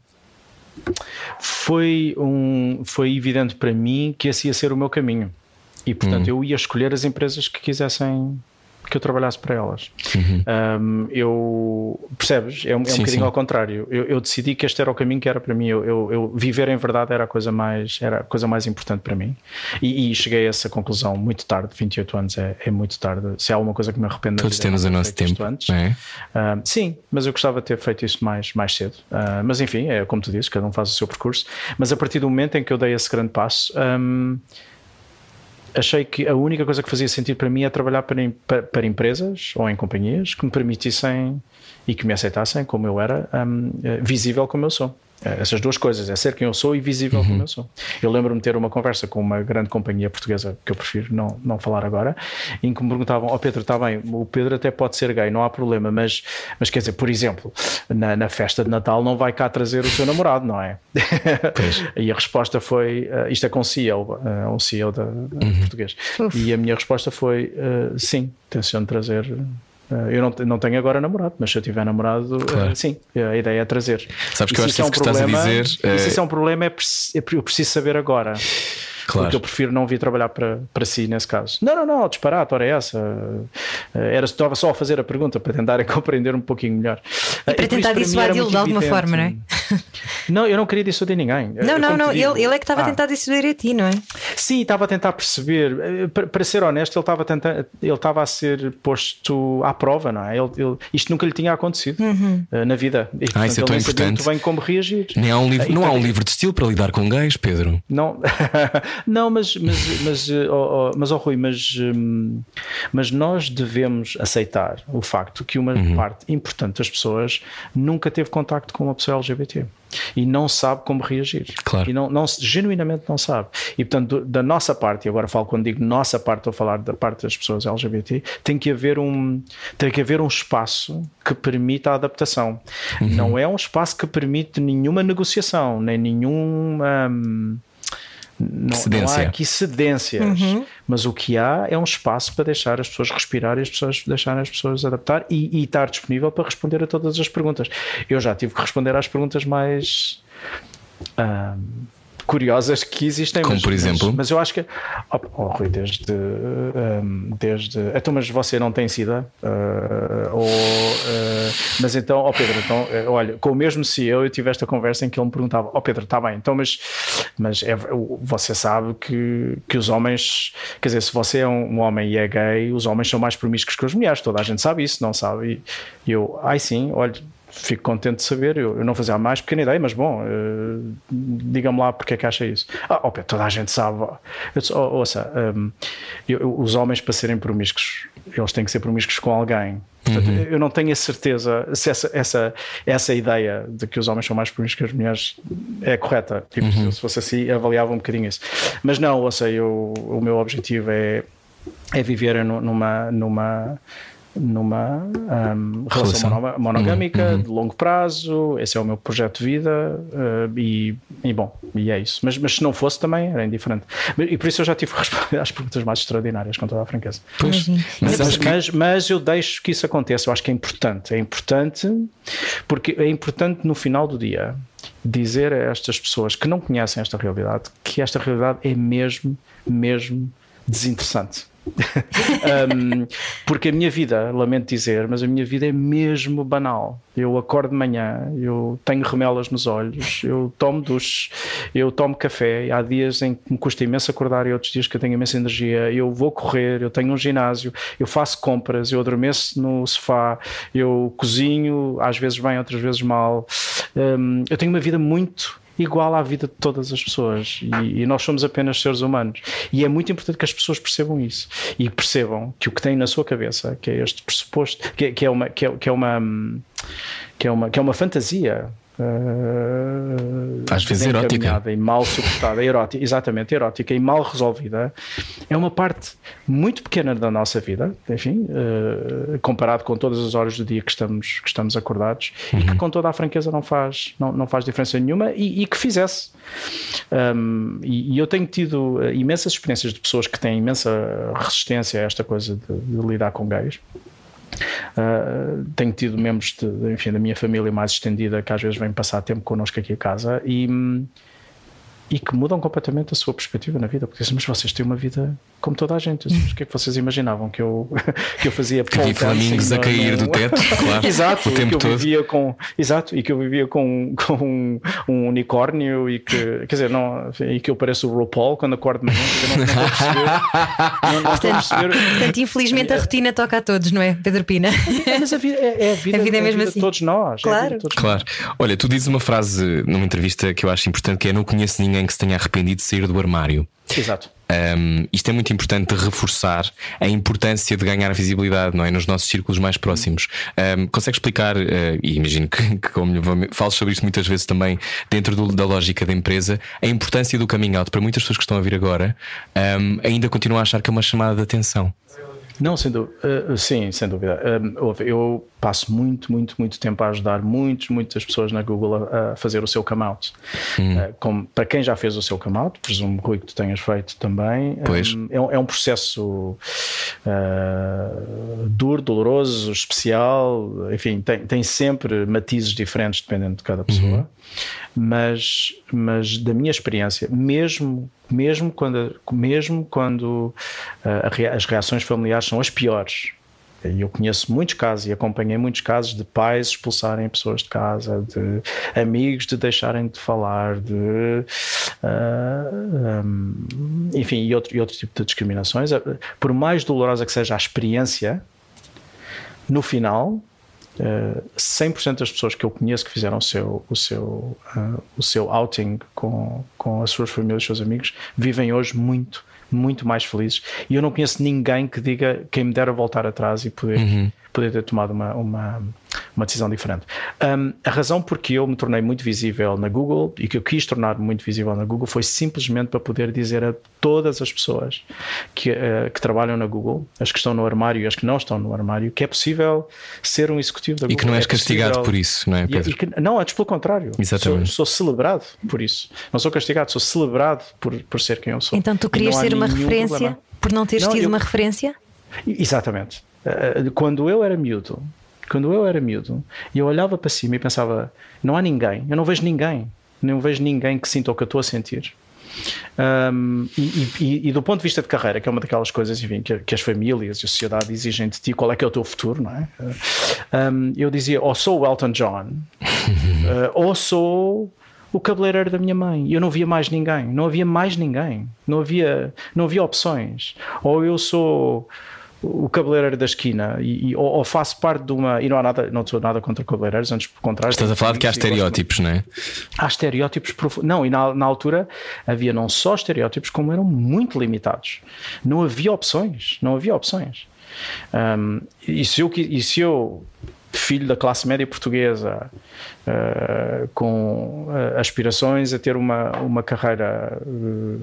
Foi, um, foi evidente para mim que esse ia ser o meu caminho. E portanto uhum. eu ia escolher as empresas que quisessem que eu trabalhasse para elas. Uhum. Um, eu, percebes? É um, é um sim, bocadinho sim. ao contrário. Eu, eu decidi que este era o caminho que era para mim. Eu, eu, eu viver em verdade era a coisa mais, era a coisa mais importante para mim. E, e cheguei a essa conclusão muito tarde. vinte e oito anos é, é muito tarde. Se há alguma coisa que me arrependo, todos temos o nosso tempo. Antes. É? Um, sim, mas eu gostava de ter feito isso mais, mais cedo. Uh, mas enfim, é como tu dizes, cada um faz o seu percurso. Mas a partir do momento em que eu dei esse grande passo, um, achei que a única coisa que fazia sentido para mim é trabalhar para, para, para empresas ou em companhias que me permitissem e que me aceitassem como eu era, um, visível como eu sou. Essas duas coisas, é ser quem eu sou e visível uhum. como eu sou. Eu lembro-me de ter uma conversa com uma grande companhia portuguesa, que eu prefiro não, não falar agora, em que me perguntavam: ó oh Pedro, está bem, o Pedro até pode ser gay, não há problema, mas, mas quer dizer, por exemplo, na, na festa de Natal não vai cá trazer o seu namorado, não é? E a resposta foi, uh, isto é com o C E O, uh, um C E O da, uhum. português, Uf. E a minha resposta foi uh, sim, tenciono trazer. Eu não, não tenho agora namorado, mas se eu tiver namorado, claro. sim, a ideia é trazer. Sabes que eu acho que isso que estás a dizer. E se isso é um problema, é, eu preciso saber agora. Claro. Porque eu prefiro não vir trabalhar para, para si nesse caso. Não, não, não, disparate, ora é essa. Era, estava só a fazer a pergunta para tentarem compreender um pouquinho melhor. E para e tentar dissuadi-lo de alguma forma, não é? Não, eu não queria dissuadir ninguém. Não, não, não, ele, ele é que estava ah. a tentar dissuadir a ti, não é? Sim, estava a tentar perceber. Para, para ser honesto, ele estava a tentar, ele estava a ser posto à prova, não é? Ele, ele, isto nunca lhe tinha acontecido uhum. na vida. E, portanto, ah, isso é tão ele importante. Muito bem como reagir. Nem há um livro, não há um livro de estilo para lidar com gays, Pedro. Não. Não, mas, mas, mas, oh, oh, mas oh, Rui, mas, um, mas nós devemos aceitar o facto que uma uhum. parte importante das pessoas nunca teve contacto com uma pessoa L G B T e não sabe como reagir. Claro. E não, não, genuinamente não sabe. E portanto, da nossa parte, e agora falo quando digo nossa parte, estou a falar da parte das pessoas L G B T, tem que haver um, tem que haver um espaço que permita a adaptação. Uhum. Não é um espaço que permite nenhuma negociação, nem nenhum. Um, Não, não há aqui cedências, uhum. mas o que há é um espaço para deixar as pessoas respirar e as pessoas deixarem as pessoas adaptar e, e estar disponível para responder a todas as perguntas. Eu já tive que responder às perguntas mais um, curiosas que existem, como mas, por exemplo, mas, mas eu acho que oh, oh, Rui, desde, um, desde então, mas você não tem SIDA uh, ou uh, mas então, ó oh Pedro, então, uh, olha, com o mesmo C E O eu tive esta conversa em que ele me perguntava: ó oh Pedro, está bem, então mas, mas é, você sabe que, que os homens, quer dizer, se você é um, um homem e é gay, os homens são mais promíscuos que as mulheres, toda a gente sabe isso, não sabe? E eu, ai sim, olha, fico contente de saber, eu, eu não fazia a mais pequena ideia, mas bom, uh, diga-me lá porque é que acha isso. Ah, opa, toda a gente sabe. Eu disse, oh, ouça, um, eu, eu, os homens para serem promíscuos, eles têm que ser promíscuos com alguém. Portanto, uhum. eu não tenho a certeza se essa, essa, essa ideia de que os homens são mais promíscuos que as mulheres é correta. Tipo, uhum. se fosse assim, avaliava um bocadinho isso. Mas não, ouça, eu, o meu objetivo é, é viver numa... numa numa um, relação mono, monogâmica uhum. de longo prazo. Esse é o meu projeto de vida uh, e, e bom, e é isso, mas, mas se não fosse também era indiferente, e por isso eu já tive que responder às perguntas mais extraordinárias, com toda a franqueza. Pois, mas, mas, mas, mas eu deixo que isso aconteça. Eu acho que é importante, é importante porque é importante no final do dia dizer a estas pessoas que não conhecem esta realidade que esta realidade é mesmo, mesmo desinteressante. um, porque a minha vida, lamento dizer, mas a minha vida é mesmo banal. Eu acordo de manhã, eu tenho remelas nos olhos, eu tomo duche, eu tomo café. Há dias em que me custa imenso acordar e outros dias que eu tenho imensa energia. Eu vou correr, eu tenho um ginásio, eu faço compras, eu adormeço no sofá, eu cozinho, às vezes bem, outras vezes mal. Um, eu tenho uma vida muito igual à vida de todas as pessoas e, e nós somos apenas seres humanos, e é muito importante que as pessoas percebam isso e percebam que o que têm na sua cabeça, que é este pressuposto, que, que, é, uma, que, é, que, é, uma, que, é, uma, que é uma fantasia uh, às vezes erótica e mal suportada, erótica, exatamente, erótica e mal resolvida, é uma parte muito pequena da nossa vida, enfim, uh, comparado com todas as horas do dia que estamos, que estamos acordados, uhum. e que com toda a franqueza não faz, não, não faz diferença nenhuma, e, e que fizesse. Um, e, e eu tenho tido imensas experiências de pessoas que têm imensa resistência a esta coisa de, de lidar com gays. Uh, tenho tido membros de, enfim, da minha família mais estendida que às vezes vêm passar tempo connosco aqui a casa e, e que mudam completamente a sua perspectiva na vida, porque dizem, mas vocês têm uma vida como toda a gente. Disse, o que é que vocês imaginavam que eu, que eu fazia? Que vi flamingos a cair no, do teto, claro. Exato, o tempo que eu todo. Vivia com, exato, e que eu vivia com, com um, um unicórnio e que, quer dizer, não, e que eu pareço o RuPaul quando acordo de manhã, eu não, não vou perceber. Não, não vou perceber. Portanto, infelizmente a rotina toca a todos, não é, Pedro Pina? Mas a vida é, é a vida, a vida é mesmo a vida assim. de todos nós. Claro. É a vida de todos claro. nós. Olha, tu dizes uma frase numa entrevista que eu acho importante, que é: não conheço ninguém que se tenha arrependido de sair do armário. Exato. Um, isto é muito importante de reforçar a importância de ganhar visibilidade, não é? Nos nossos círculos mais próximos. Um, consegue explicar, uh, e imagino que, que como falo sobre isto muitas vezes também dentro do, da lógica da empresa, a importância do coming out para muitas pessoas que estão a vir agora, um, ainda continuam a achar que é uma chamada de atenção. Não, sem dúvida. Uh, sim, sem dúvida. Uh, eu passo muito, muito, muito tempo a ajudar muitos, muitas pessoas na Google a, a fazer o seu come out. Hum. Uh, como, para quem já fez o seu come out, presumo, Rui, que tu tenhas feito também. Pois. Um, é, um, é um processo uh, duro, doloroso, especial. Enfim, tem, tem sempre matizes diferentes dependendo de cada pessoa. Uhum. Mas, mas da minha experiência, mesmo, mesmo quando, mesmo quando uh, as reações familiares são as piores, e eu conheço muitos casos e acompanhei muitos casos de pais expulsarem pessoas de casa, de amigos de deixarem de falar, de uh, um, enfim, e outro, e outro tipo de discriminações. Por mais dolorosa que seja a experiência, no final Uh, cem por cento das pessoas que eu conheço que fizeram o seu, o seu, uh, o seu outing com, com as suas famílias, os seus amigos, vivem hoje muito, muito mais felizes. E eu não conheço ninguém que diga quem me dera voltar atrás e poder, uhum. poder ter tomado uma, uma, uma decisão diferente. Um, a razão porque eu me tornei muito visível na Google e que eu quis tornar-me muito visível na Google foi simplesmente para poder dizer a todas as pessoas que, uh, que trabalham na Google, as que estão no armário e as que não estão no armário, que é possível ser um executivo da Google. E que não és é castigado possível... por isso, não é, Pedro? E, e que, não, antes pelo contrário. Exatamente. Sou, sou celebrado por isso. Não sou castigado, sou celebrado por, por ser quem eu sou. Então tu querias ser uma referência problema. Por não teres não, tido eu... uma referência? Exatamente. Quando eu era miúdo, quando eu era miúdo, eu olhava para cima e pensava, não há ninguém, eu não vejo ninguém, não vejo ninguém que sinta o que eu estou a sentir. Um, e, e, e do ponto de vista de carreira, que é uma daquelas coisas, enfim, que, que as famílias e a sociedade exigem de ti, qual é que é o teu futuro, não é? Um, eu dizia, ou sou o Elton John, uh, ou sou o cabeleireiro da minha mãe. Eu não via mais ninguém, não havia mais ninguém, não havia, não havia opções. Ou eu sou o cabeleireiro da esquina e, e, ou, ou faço parte de uma, e não há nada, não sou nada contra cabeleireiros, antes pelo contrário. Estás a falar de que há estereótipos, não é? Há estereótipos profundos. Não, e na, na altura havia não só estereótipos, como eram muito limitados. Não havia opções, não havia opções. Um, e se eu, e se eu filho da classe média portuguesa, uh, com uh, aspirações a ter uma, uma carreira uh,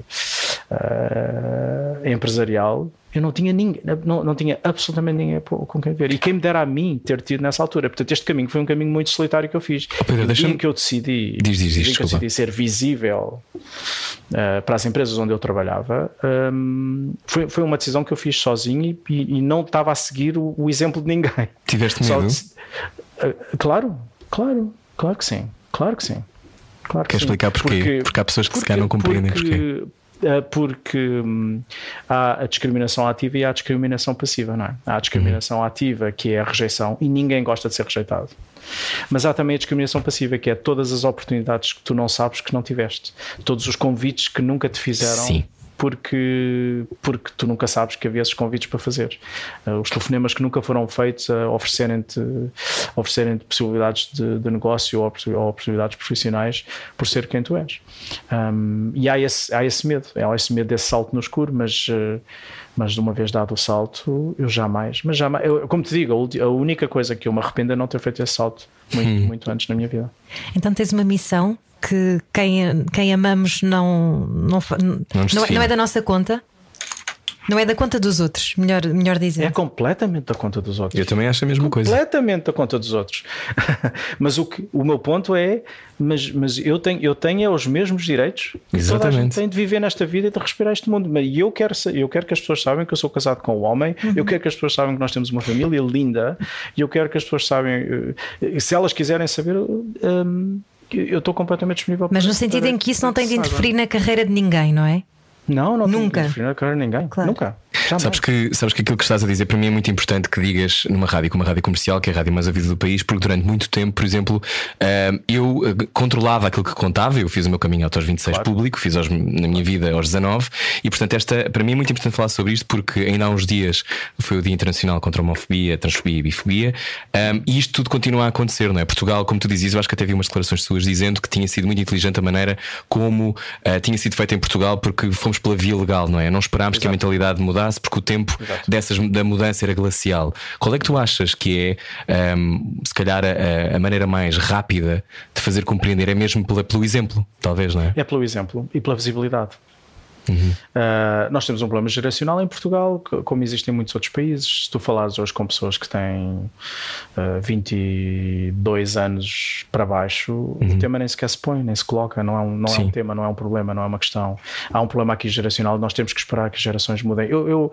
uh, empresarial, eu não tinha ninguém, não, não tinha absolutamente ninguém com quem ver. E quem me dera a mim ter tido nessa altura. Portanto, este caminho foi um caminho muito solitário que eu fiz. Oh, Pedro, o dia em que eu decidi, diz, diz, diz, que eu decidi ser visível uh, para as empresas onde eu trabalhava, um, foi, foi uma decisão que eu fiz sozinho e, e, e não estava a seguir o, o exemplo de ninguém. Tiveste medo? Só, uh, claro, claro, claro que sim. Claro que sim. Claro que Quer sim. explicar porquê? Porque, porque há pessoas que porque, se calhar não compreendem porque, porquê. Porque hum, há a discriminação ativa e há a discriminação passiva, não é? Há a discriminação uhum. ativa, que é a rejeição, e ninguém gosta de ser rejeitado. Mas há também a discriminação passiva, que é todas as oportunidades que tu não sabes que não tiveste, todos os convites que nunca te fizeram. Sim. porque, porque tu nunca sabes que havia esses convites para fazer. Uh, os telefonemas que nunca foram feitos a oferecerem-te, oferecerem-te possibilidades de, de negócio ou, ou possibilidades profissionais por ser quem tu és. Um, e há esse, há esse medo, há esse medo desse salto no escuro, mas, uh, mas de uma vez dado o salto, eu jamais, mas jamais, eu, como te digo, a única coisa que eu me arrependo é não ter feito esse salto muito, hum. muito antes na minha vida. Então tens uma missão que quem, quem amamos não, não, não, não, é, não é da nossa conta, não é da conta dos outros, melhor, melhor dizer. É completamente da conta dos outros. Eu também acho a mesma coisa. Completamente da conta dos outros. Mas o, que, o meu ponto é, mas, mas eu tenho, eu tenho os mesmos direitos. Exatamente. Toda a gente tem de viver nesta vida e de respirar este mundo. E eu quero, eu quero que as pessoas saibam que eu sou casado com um homem, uhum. eu quero que as pessoas saibam que nós temos uma família linda, e eu quero que as pessoas saibam, se elas quiserem saber. Um, eu estou completamente disponível. Mas no sentido em que isso não tem de interferir na carreira de ninguém, não é? Não, não nunca. Tem de interferir na carreira de ninguém. Claro. Nunca. Sabes que, sabes que aquilo que estás a dizer para mim é muito importante que digas numa rádio como a rádio comercial, que é a rádio mais ouvida do país, porque durante muito tempo, por exemplo, eu controlava aquilo que contava. Eu fiz o meu caminho aos vinte e seis, claro. Público, fiz aos, na minha vida aos dezanove, e portanto esta, para mim é muito importante falar sobre isto, porque ainda há uns dias foi o Dia Internacional contra a Homofobia, Transfobia e Bifobia, e isto tudo continua a acontecer, não é? Portugal, como tu dizias, eu acho que até vi umas declarações suas dizendo que tinha sido muito inteligente a maneira como uh, tinha sido feita em Portugal, porque fomos pela via legal, não é? Não esperámos Exato. Que a mentalidade mudasse, porque o tempo dessas, da mudança era glacial. Qual é que tu achas que é, um, se calhar, a, a maneira mais rápida de fazer compreender? É mesmo pela, pelo exemplo, talvez, não é? É pelo exemplo e pela visibilidade. Uhum. Uh, nós temos um problema geracional em Portugal, como existe em muitos outros países. Se tu falares hoje com pessoas que têm uh, vinte e dois anos para baixo, uhum. o tema nem sequer se põe, nem se coloca. Não, é um, não é um tema, não é um problema, não é uma questão. Há um problema aqui geracional. Nós temos que esperar que as gerações mudem. Eu, eu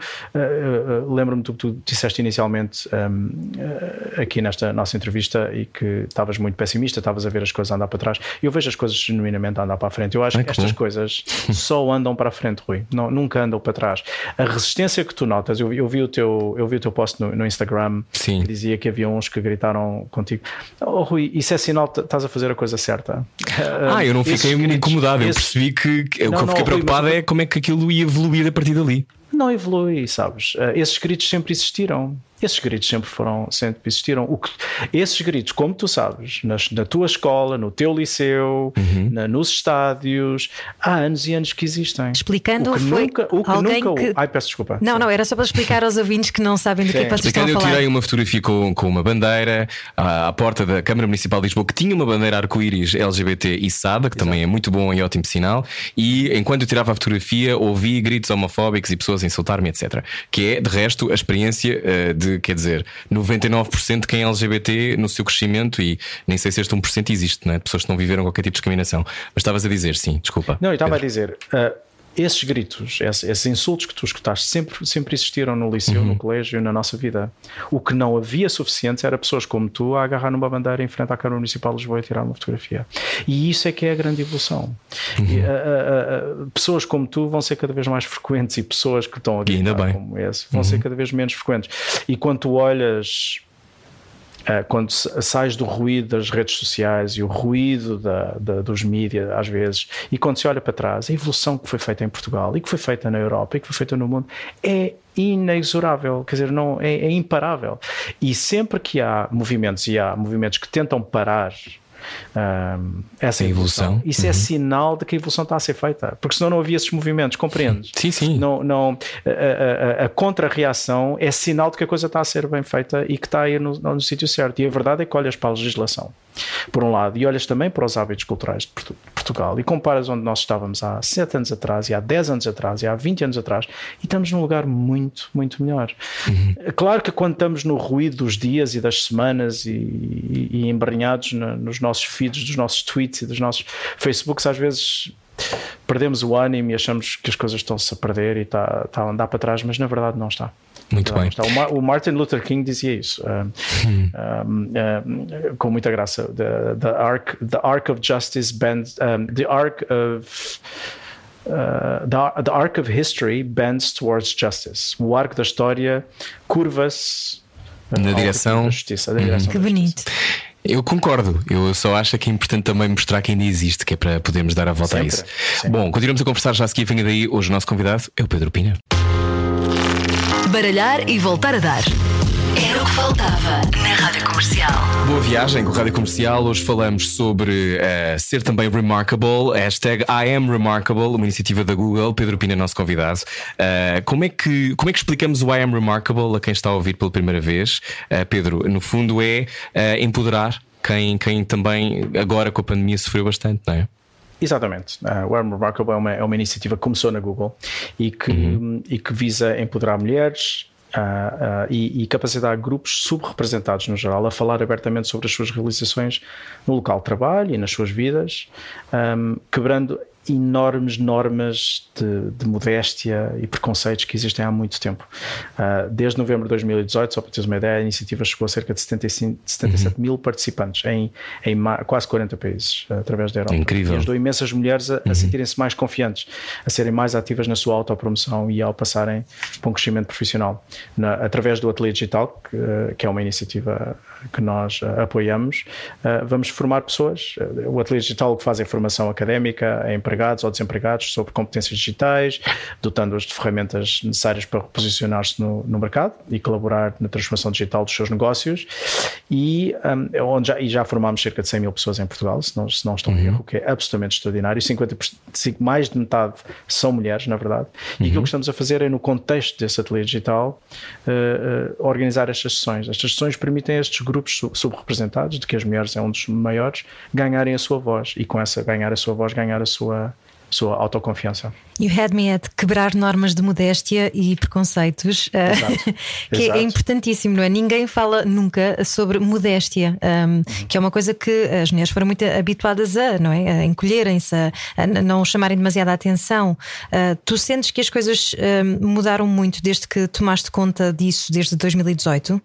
uh, uh, lembro-me do que tu disseste inicialmente um, uh, aqui nesta nossa entrevista, e que estavas muito pessimista, estavas a ver as coisas a andar para trás. Eu vejo as coisas genuinamente a andar para a frente. Eu acho Ai, que, que estas bom. coisas só andam para a frente, Rui, não, nunca andam para trás. A resistência que tu notas, eu, eu, vi, o teu, eu vi o teu post no, no Instagram, Sim. que dizia que havia uns que gritaram contigo. Oh, Rui, isso é sinal que estás a fazer a coisa certa. Ah, eu não fiquei gritos, incomodado, esses... eu percebi que, que não, o que eu fiquei não, preocupado Rui, mas... é como é que aquilo ia evoluir a partir dali. Não evolui, sabes? Esses gritos sempre existiram. Esses gritos sempre foram, sempre existiram. O que, esses gritos, como tu sabes, nas, na tua escola, no teu liceu, uhum. na, nos estádios, há anos e anos que existem. Explicando o que foi nunca, o que alguém nunca, que... Ai, peço desculpa. Não, Sim. não, era só para explicar aos ouvintes que não sabem do Sim. que é que vocês estão a falar. Eu tirei uma fotografia com, com uma bandeira à, à porta da Câmara Municipal de Lisboa, que tinha uma bandeira arco-íris L G B T e S A D A, que Exato. Também é muito bom e ótimo sinal, e enquanto eu tirava a fotografia ouvi gritos homofóbicos e pessoas a insultar-me, etcétera. Que é, de resto, a experiência uh, de, quer dizer, noventa e nove por cento de quem é L G B T no seu crescimento, e nem sei se este um por cento existe, não é? Pessoas que não viveram qualquer tipo de discriminação. Mas estavas a dizer, sim, desculpa. Não, eu estava Pedro. a dizer, uh, esses gritos, esses, esses insultos que tu escutaste sempre, sempre existiram no liceu, uhum. no colégio, na nossa vida. O que não havia suficiente era pessoas como tu a agarrar numa bandeira em frente à Câmara Municipal de Lisboa e tirar uma fotografia. E isso é que é a grande evolução. Uhum. E, uh, uh, uh, pessoas como tu vão ser cada vez mais frequentes, e pessoas que estão a gritar como esse vão uhum. ser cada vez menos frequentes. E quando tu olhas... Uh, quando sais do ruído das redes sociais e o ruído da, da, dos mídias às vezes, e quando se olha para trás, a evolução que foi feita em Portugal e que foi feita na Europa e que foi feita no mundo é inexorável, quer dizer, não, é, é imparável. E sempre que há movimentos, e há movimentos que tentam parar Um, essa evolução, evolução. Isso uhum. é sinal de que a evolução está a ser feita, porque senão não havia esses movimentos, compreendes? Sim, sim. Não, não, a, a, a contra-reação é sinal de que a coisa está a ser bem feita e que está a ir no, no sítio certo. E a verdade é que olhas para a legislação, por um lado, e olhas também para os hábitos culturais de Portugal, e comparas onde nós estávamos há sete anos atrás, e há dez anos atrás, e há vinte anos atrás, e estamos num lugar muito, muito melhor. Uhum. Claro que quando estamos no ruído dos dias e das semanas, e, e, e embranhados no, nos nossos feeds, dos nossos tweets e dos nossos Facebooks, às vezes perdemos o ânimo e achamos que as coisas estão-se a perder e está, está a andar para trás, mas na verdade não está. Muito bem. Está. O Martin Luther King dizia isso um, hum. um, um, com muita graça. The, the, arc, the arc of justice bends, um, the arc of uh, the, the arc of history bends towards justice. O arco da história curva-se na direção da justiça. Da direção que da bonito. justiça. Eu concordo, eu só acho que é importante também mostrar que ainda existe, que é para podermos dar a volta sempre, a isso. Sempre. Bom, continuamos a conversar já a seguir. Venha daí, hoje o nosso convidado é o Pedro Pina. Baralhar e voltar a dar. Era o que faltava na Rádio Comercial. Boa viagem com a Rádio Comercial. Hoje falamos sobre uh, ser também remarkable. Hashtag I am remarkable, uma iniciativa da Google. Pedro Pina, nosso convidado. Uh, como, é que, como é que explicamos o I am remarkable a quem está a ouvir pela primeira vez? Uh, Pedro, no fundo é uh, empoderar quem, quem também agora com a pandemia sofreu bastante, não é? Exatamente. Uh, o I am remarkable é uma, é uma iniciativa que começou na Google e que, uhum. e que visa empoderar mulheres, Uh, uh, e, e capacitar grupos subrepresentados no geral a falar abertamente sobre as suas realizações no local de trabalho e nas suas vidas, um, quebrando enormes normas de, de modéstia e preconceitos que existem há muito tempo. Uh, desde novembro de dois mil e dezoito, só para teres uma ideia, a iniciativa chegou a cerca de setenta e cinco, setenta e sete uhum. mil participantes em, em quase quarenta países uh, através da Europa. Incrível. E ajudou imensas mulheres a, uhum. a sentirem-se mais confiantes, a serem mais ativas na sua autopromoção e ao passarem para um crescimento profissional. Na, através do Ateliê Digital, que, uh, que é uma iniciativa que nós uh, apoiamos, uh, vamos formar pessoas. Uh, o Ateliê Digital o que faz é formação académica a empregados ou desempregados sobre competências digitais, dotando-os de ferramentas necessárias para reposicionar-se no, no mercado e colaborar na transformação digital dos seus negócios. E, um, onde já, e já formámos cerca de cem mil pessoas em Portugal, se não, se não estou em erro, o que é absolutamente extraordinário. cinquenta por cento, mais de metade são mulheres, na verdade. E uhum. aquilo que estamos a fazer é, no contexto desse Ateliê Digital, uh, uh, organizar estas sessões. Estas sessões permitem a estes grupos subrepresentados, de que as mulheres é um dos maiores, ganharem a sua voz e, com essa ganhar a sua voz, ganhar a sua sua autoconfiança. You had me at quebrar normas de modéstia e preconceitos. Exato. Que Exato. É importantíssimo, não é? Ninguém fala nunca sobre modéstia, um, uhum. que é uma coisa que as mulheres foram muito habituadas a, não é? A encolherem-se, a, a não chamarem demasiada atenção. Uh, tu sentes que as coisas um, mudaram muito desde que tomaste conta disso, desde dois mil e dezoito?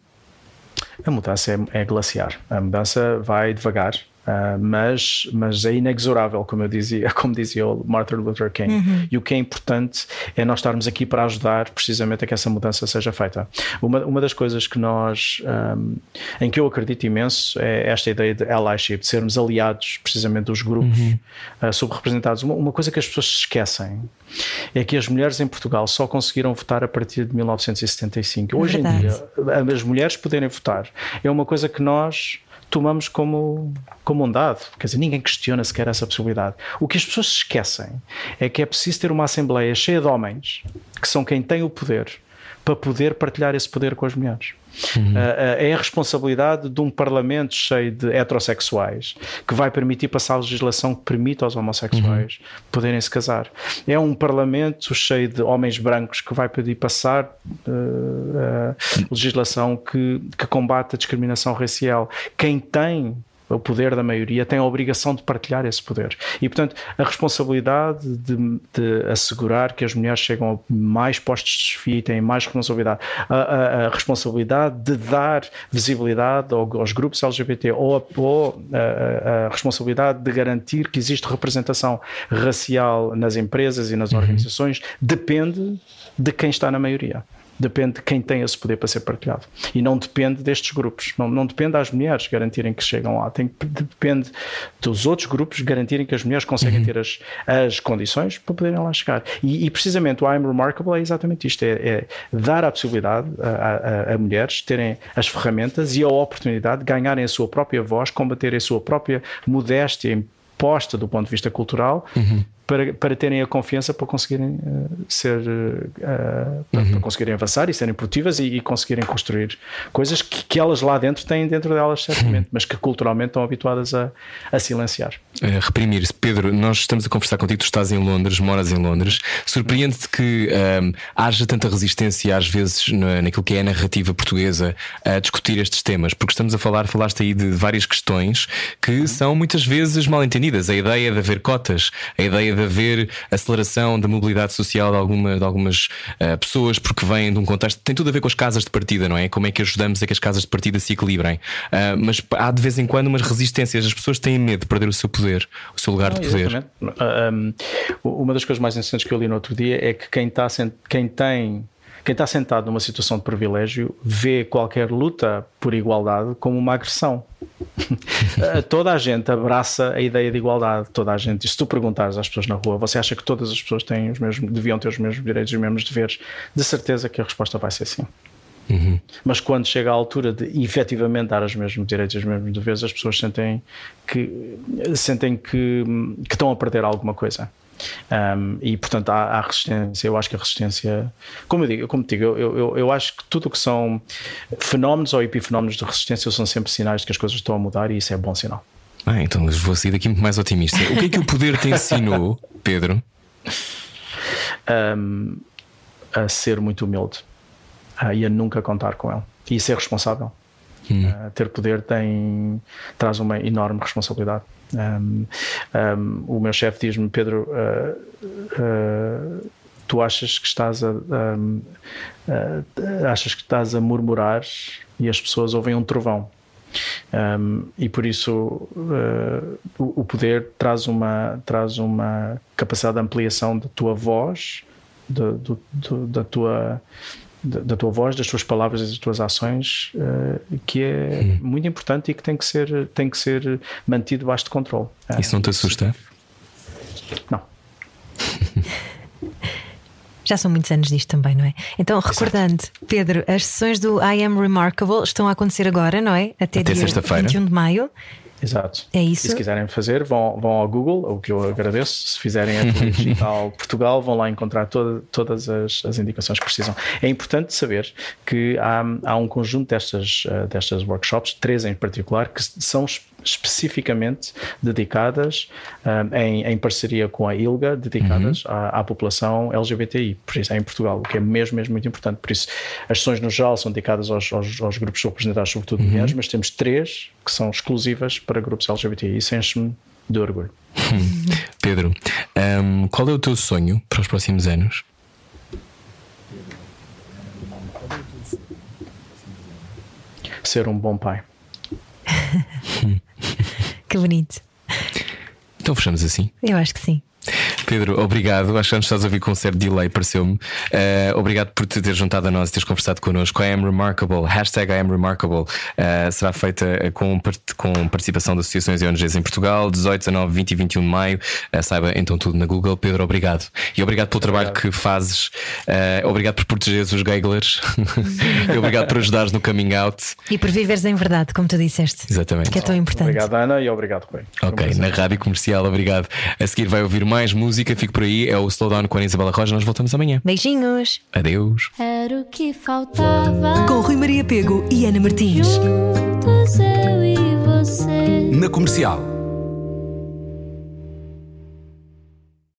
A mudança é, é glaciar. A mudança vai devagar. Uh, mas, mas é inexorável, como eu dizia, como dizia o Martin Luther King. Uhum. E o que é importante é nós estarmos aqui para ajudar precisamente a que essa mudança seja feita. Uma, uma das coisas que nós, um, em que eu acredito imenso, é esta ideia de allyship, de sermos aliados precisamente dos grupos uhum. uh, subrepresentados. Uma, uma coisa que as pessoas se esquecem é que as mulheres em Portugal só conseguiram votar a partir de mil novecentos e setenta e cinco. Hoje Verdade. em dia, as mulheres poderem votar é uma coisa que nós tomamos como, como um dado, quer dizer, ninguém questiona sequer essa possibilidade. O que as pessoas se esquecem é que é preciso ter uma assembleia cheia de homens, que são quem tem o poder, para poder partilhar esse poder com as mulheres. Uhum. Uh, uh, é a responsabilidade de um parlamento cheio de heterossexuais que vai permitir passar a legislação que permite aos homossexuais uhum. poderem se casar. É um parlamento cheio de homens brancos que vai pedir passar uh, uh, legislação que, que combate a discriminação racial. Quem tem o poder da maioria tem a obrigação de partilhar esse poder. E, portanto, a responsabilidade de, de assegurar que as mulheres chegam a mais postos de desfia e têm mais responsabilidade, a, a, a responsabilidade de dar visibilidade aos grupos L G B T ou, a, ou a, a responsabilidade de garantir que existe representação racial nas empresas e nas uhum. organizações, depende de quem está na maioria. Depende de quem tem esse poder para ser partilhado. E não depende destes grupos. Não, não depende das mulheres garantirem que chegam lá. Tem, depende dos outros grupos garantirem que as mulheres conseguem uhum. ter as, as condições para poderem lá chegar. E, e precisamente o I am remarkable é exatamente isto. É, é dar a possibilidade a, a, a mulheres terem as ferramentas e a oportunidade de ganharem a sua própria voz, combaterem a sua própria modéstia imposta do ponto de vista cultural, uhum. Para, para terem a confiança para conseguirem uh, ser uh, para, uhum. para conseguirem avançar e serem produtivas e, e conseguirem construir coisas que, que elas lá dentro têm dentro delas certamente, uhum. mas que culturalmente estão habituadas a, a silenciar. Uh, reprimir-se. Pedro, nós estamos a conversar contigo, tu estás em Londres, moras em Londres. Surpreende-te que um, haja tanta resistência às vezes na, naquilo que é a narrativa portuguesa a discutir estes temas, porque estamos a falar, falaste aí de várias questões que uhum. são muitas vezes mal entendidas. A ideia de haver cotas, a ideia de haver aceleração da mobilidade social de, alguma, de algumas uh, pessoas, porque vêm de um contexto, tem tudo a ver com as casas de partida, não é? Como é que ajudamos a que as casas de partida se equilibrem? Uh, mas há de vez em quando umas resistências, as pessoas têm medo de perder o seu poder, o seu lugar não, de poder. Uh, um, uma das coisas mais interessantes que eu li no outro dia é que quem, está, quem tem Quem está sentado numa situação de privilégio vê qualquer luta por igualdade como uma agressão. Toda a gente abraça a ideia de igualdade, toda a gente. E se tu perguntares às pessoas na rua, você acha que todas as pessoas têm os mesmos, deviam ter os mesmos direitos e os mesmos deveres? De certeza que a resposta vai ser sim. Uhum. Mas quando chega à altura de efetivamente dar os mesmos direitos e os mesmos deveres, as pessoas sentem que, sentem que, que estão a perder alguma coisa. Um, e portanto há, há resistência. Eu acho que a resistência, como eu digo, como te digo eu, eu, eu acho que tudo o que são fenómenos ou epifenómenos de resistência são sempre sinais de que as coisas estão a mudar, e isso é bom sinal. Ah, então vou sair daqui muito mais otimista. O que é que o poder te ensinou, Pedro? Um, a ser muito humilde, uh, e a nunca contar com ele, e ser responsável. hum. uh, ter poder tem, traz uma enorme responsabilidade. Um, um, o meu chefe diz-me: Pedro, uh, uh, tu achas que estás a um, uh, achas que estás a murmurar e as pessoas ouvem um trovão. Um, e por isso uh, o, o poder traz uma, traz uma capacidade de ampliação da tua voz, de, do, do, da tua Da, da tua voz, das tuas palavras e das tuas ações, uh, que é hum. muito importante e que tem que ser, tem que ser mantido baixo de controle. Isso não te assusta? Não. Já são muitos anos disto também, não é? Então, recordando, exato, Pedro, as sessões do I Am Remarkable estão a acontecer agora, não é? Até, Até dia vinte e um de maio. Exato. É isso. E se quiserem fazer, vão, vão ao Google, o que eu agradeço. Se fizerem a Ateliê Digital Portugal, vão lá encontrar toda, todas as, as indicações que precisam. É importante saber que há, há um conjunto destas, destas workshops, três em particular, que são especificamente dedicadas, um, em, em parceria com a ILGA, dedicadas uhum. à, à população L G B T I, por isso é em Portugal, o que é mesmo, mesmo muito importante. Por isso, as sessões no geral são dedicadas aos, aos, aos grupos representados, sobretudo uhum. mulheres, mas temos três que são exclusivas para grupos L G B T I. Isso enche-me de orgulho. Hum. Pedro, um, qual é o teu sonho para os próximos anos? Ser um bom pai. Que bonito. Então fechamos assim? Eu acho que sim. Pedro, obrigado. Acho que já nos estás a ouvir com um certo delay, pareceu-me. Uh, obrigado por te ter juntado a nós e teres conversado connosco. I am remarkable, hashtag I am remarkable. Uh, será feita com, com participação de associações e O N Gs em Portugal, dezoito, dezanove, vinte e vinte e um de maio. Uh, saiba então tudo na Google. Pedro, obrigado. E obrigado pelo obrigado. trabalho que fazes. Uh, obrigado por protegeres os gaylers. E obrigado por ajudares no coming out. E por viveres em verdade, como tu disseste. Exatamente. Que é tão importante. Obrigado, Ana, e obrigado, Rui. Ok, na Rádio Comercial, obrigado. A seguir vai ouvir mais música. Fico por aí, é o Slowdown com a Isabela Roja. Nós voltamos amanhã. Beijinhos. Adeus. Era o que faltava. Com Rui Maria Pego e Ana Martins. Juntos eu e você. Na Comercial.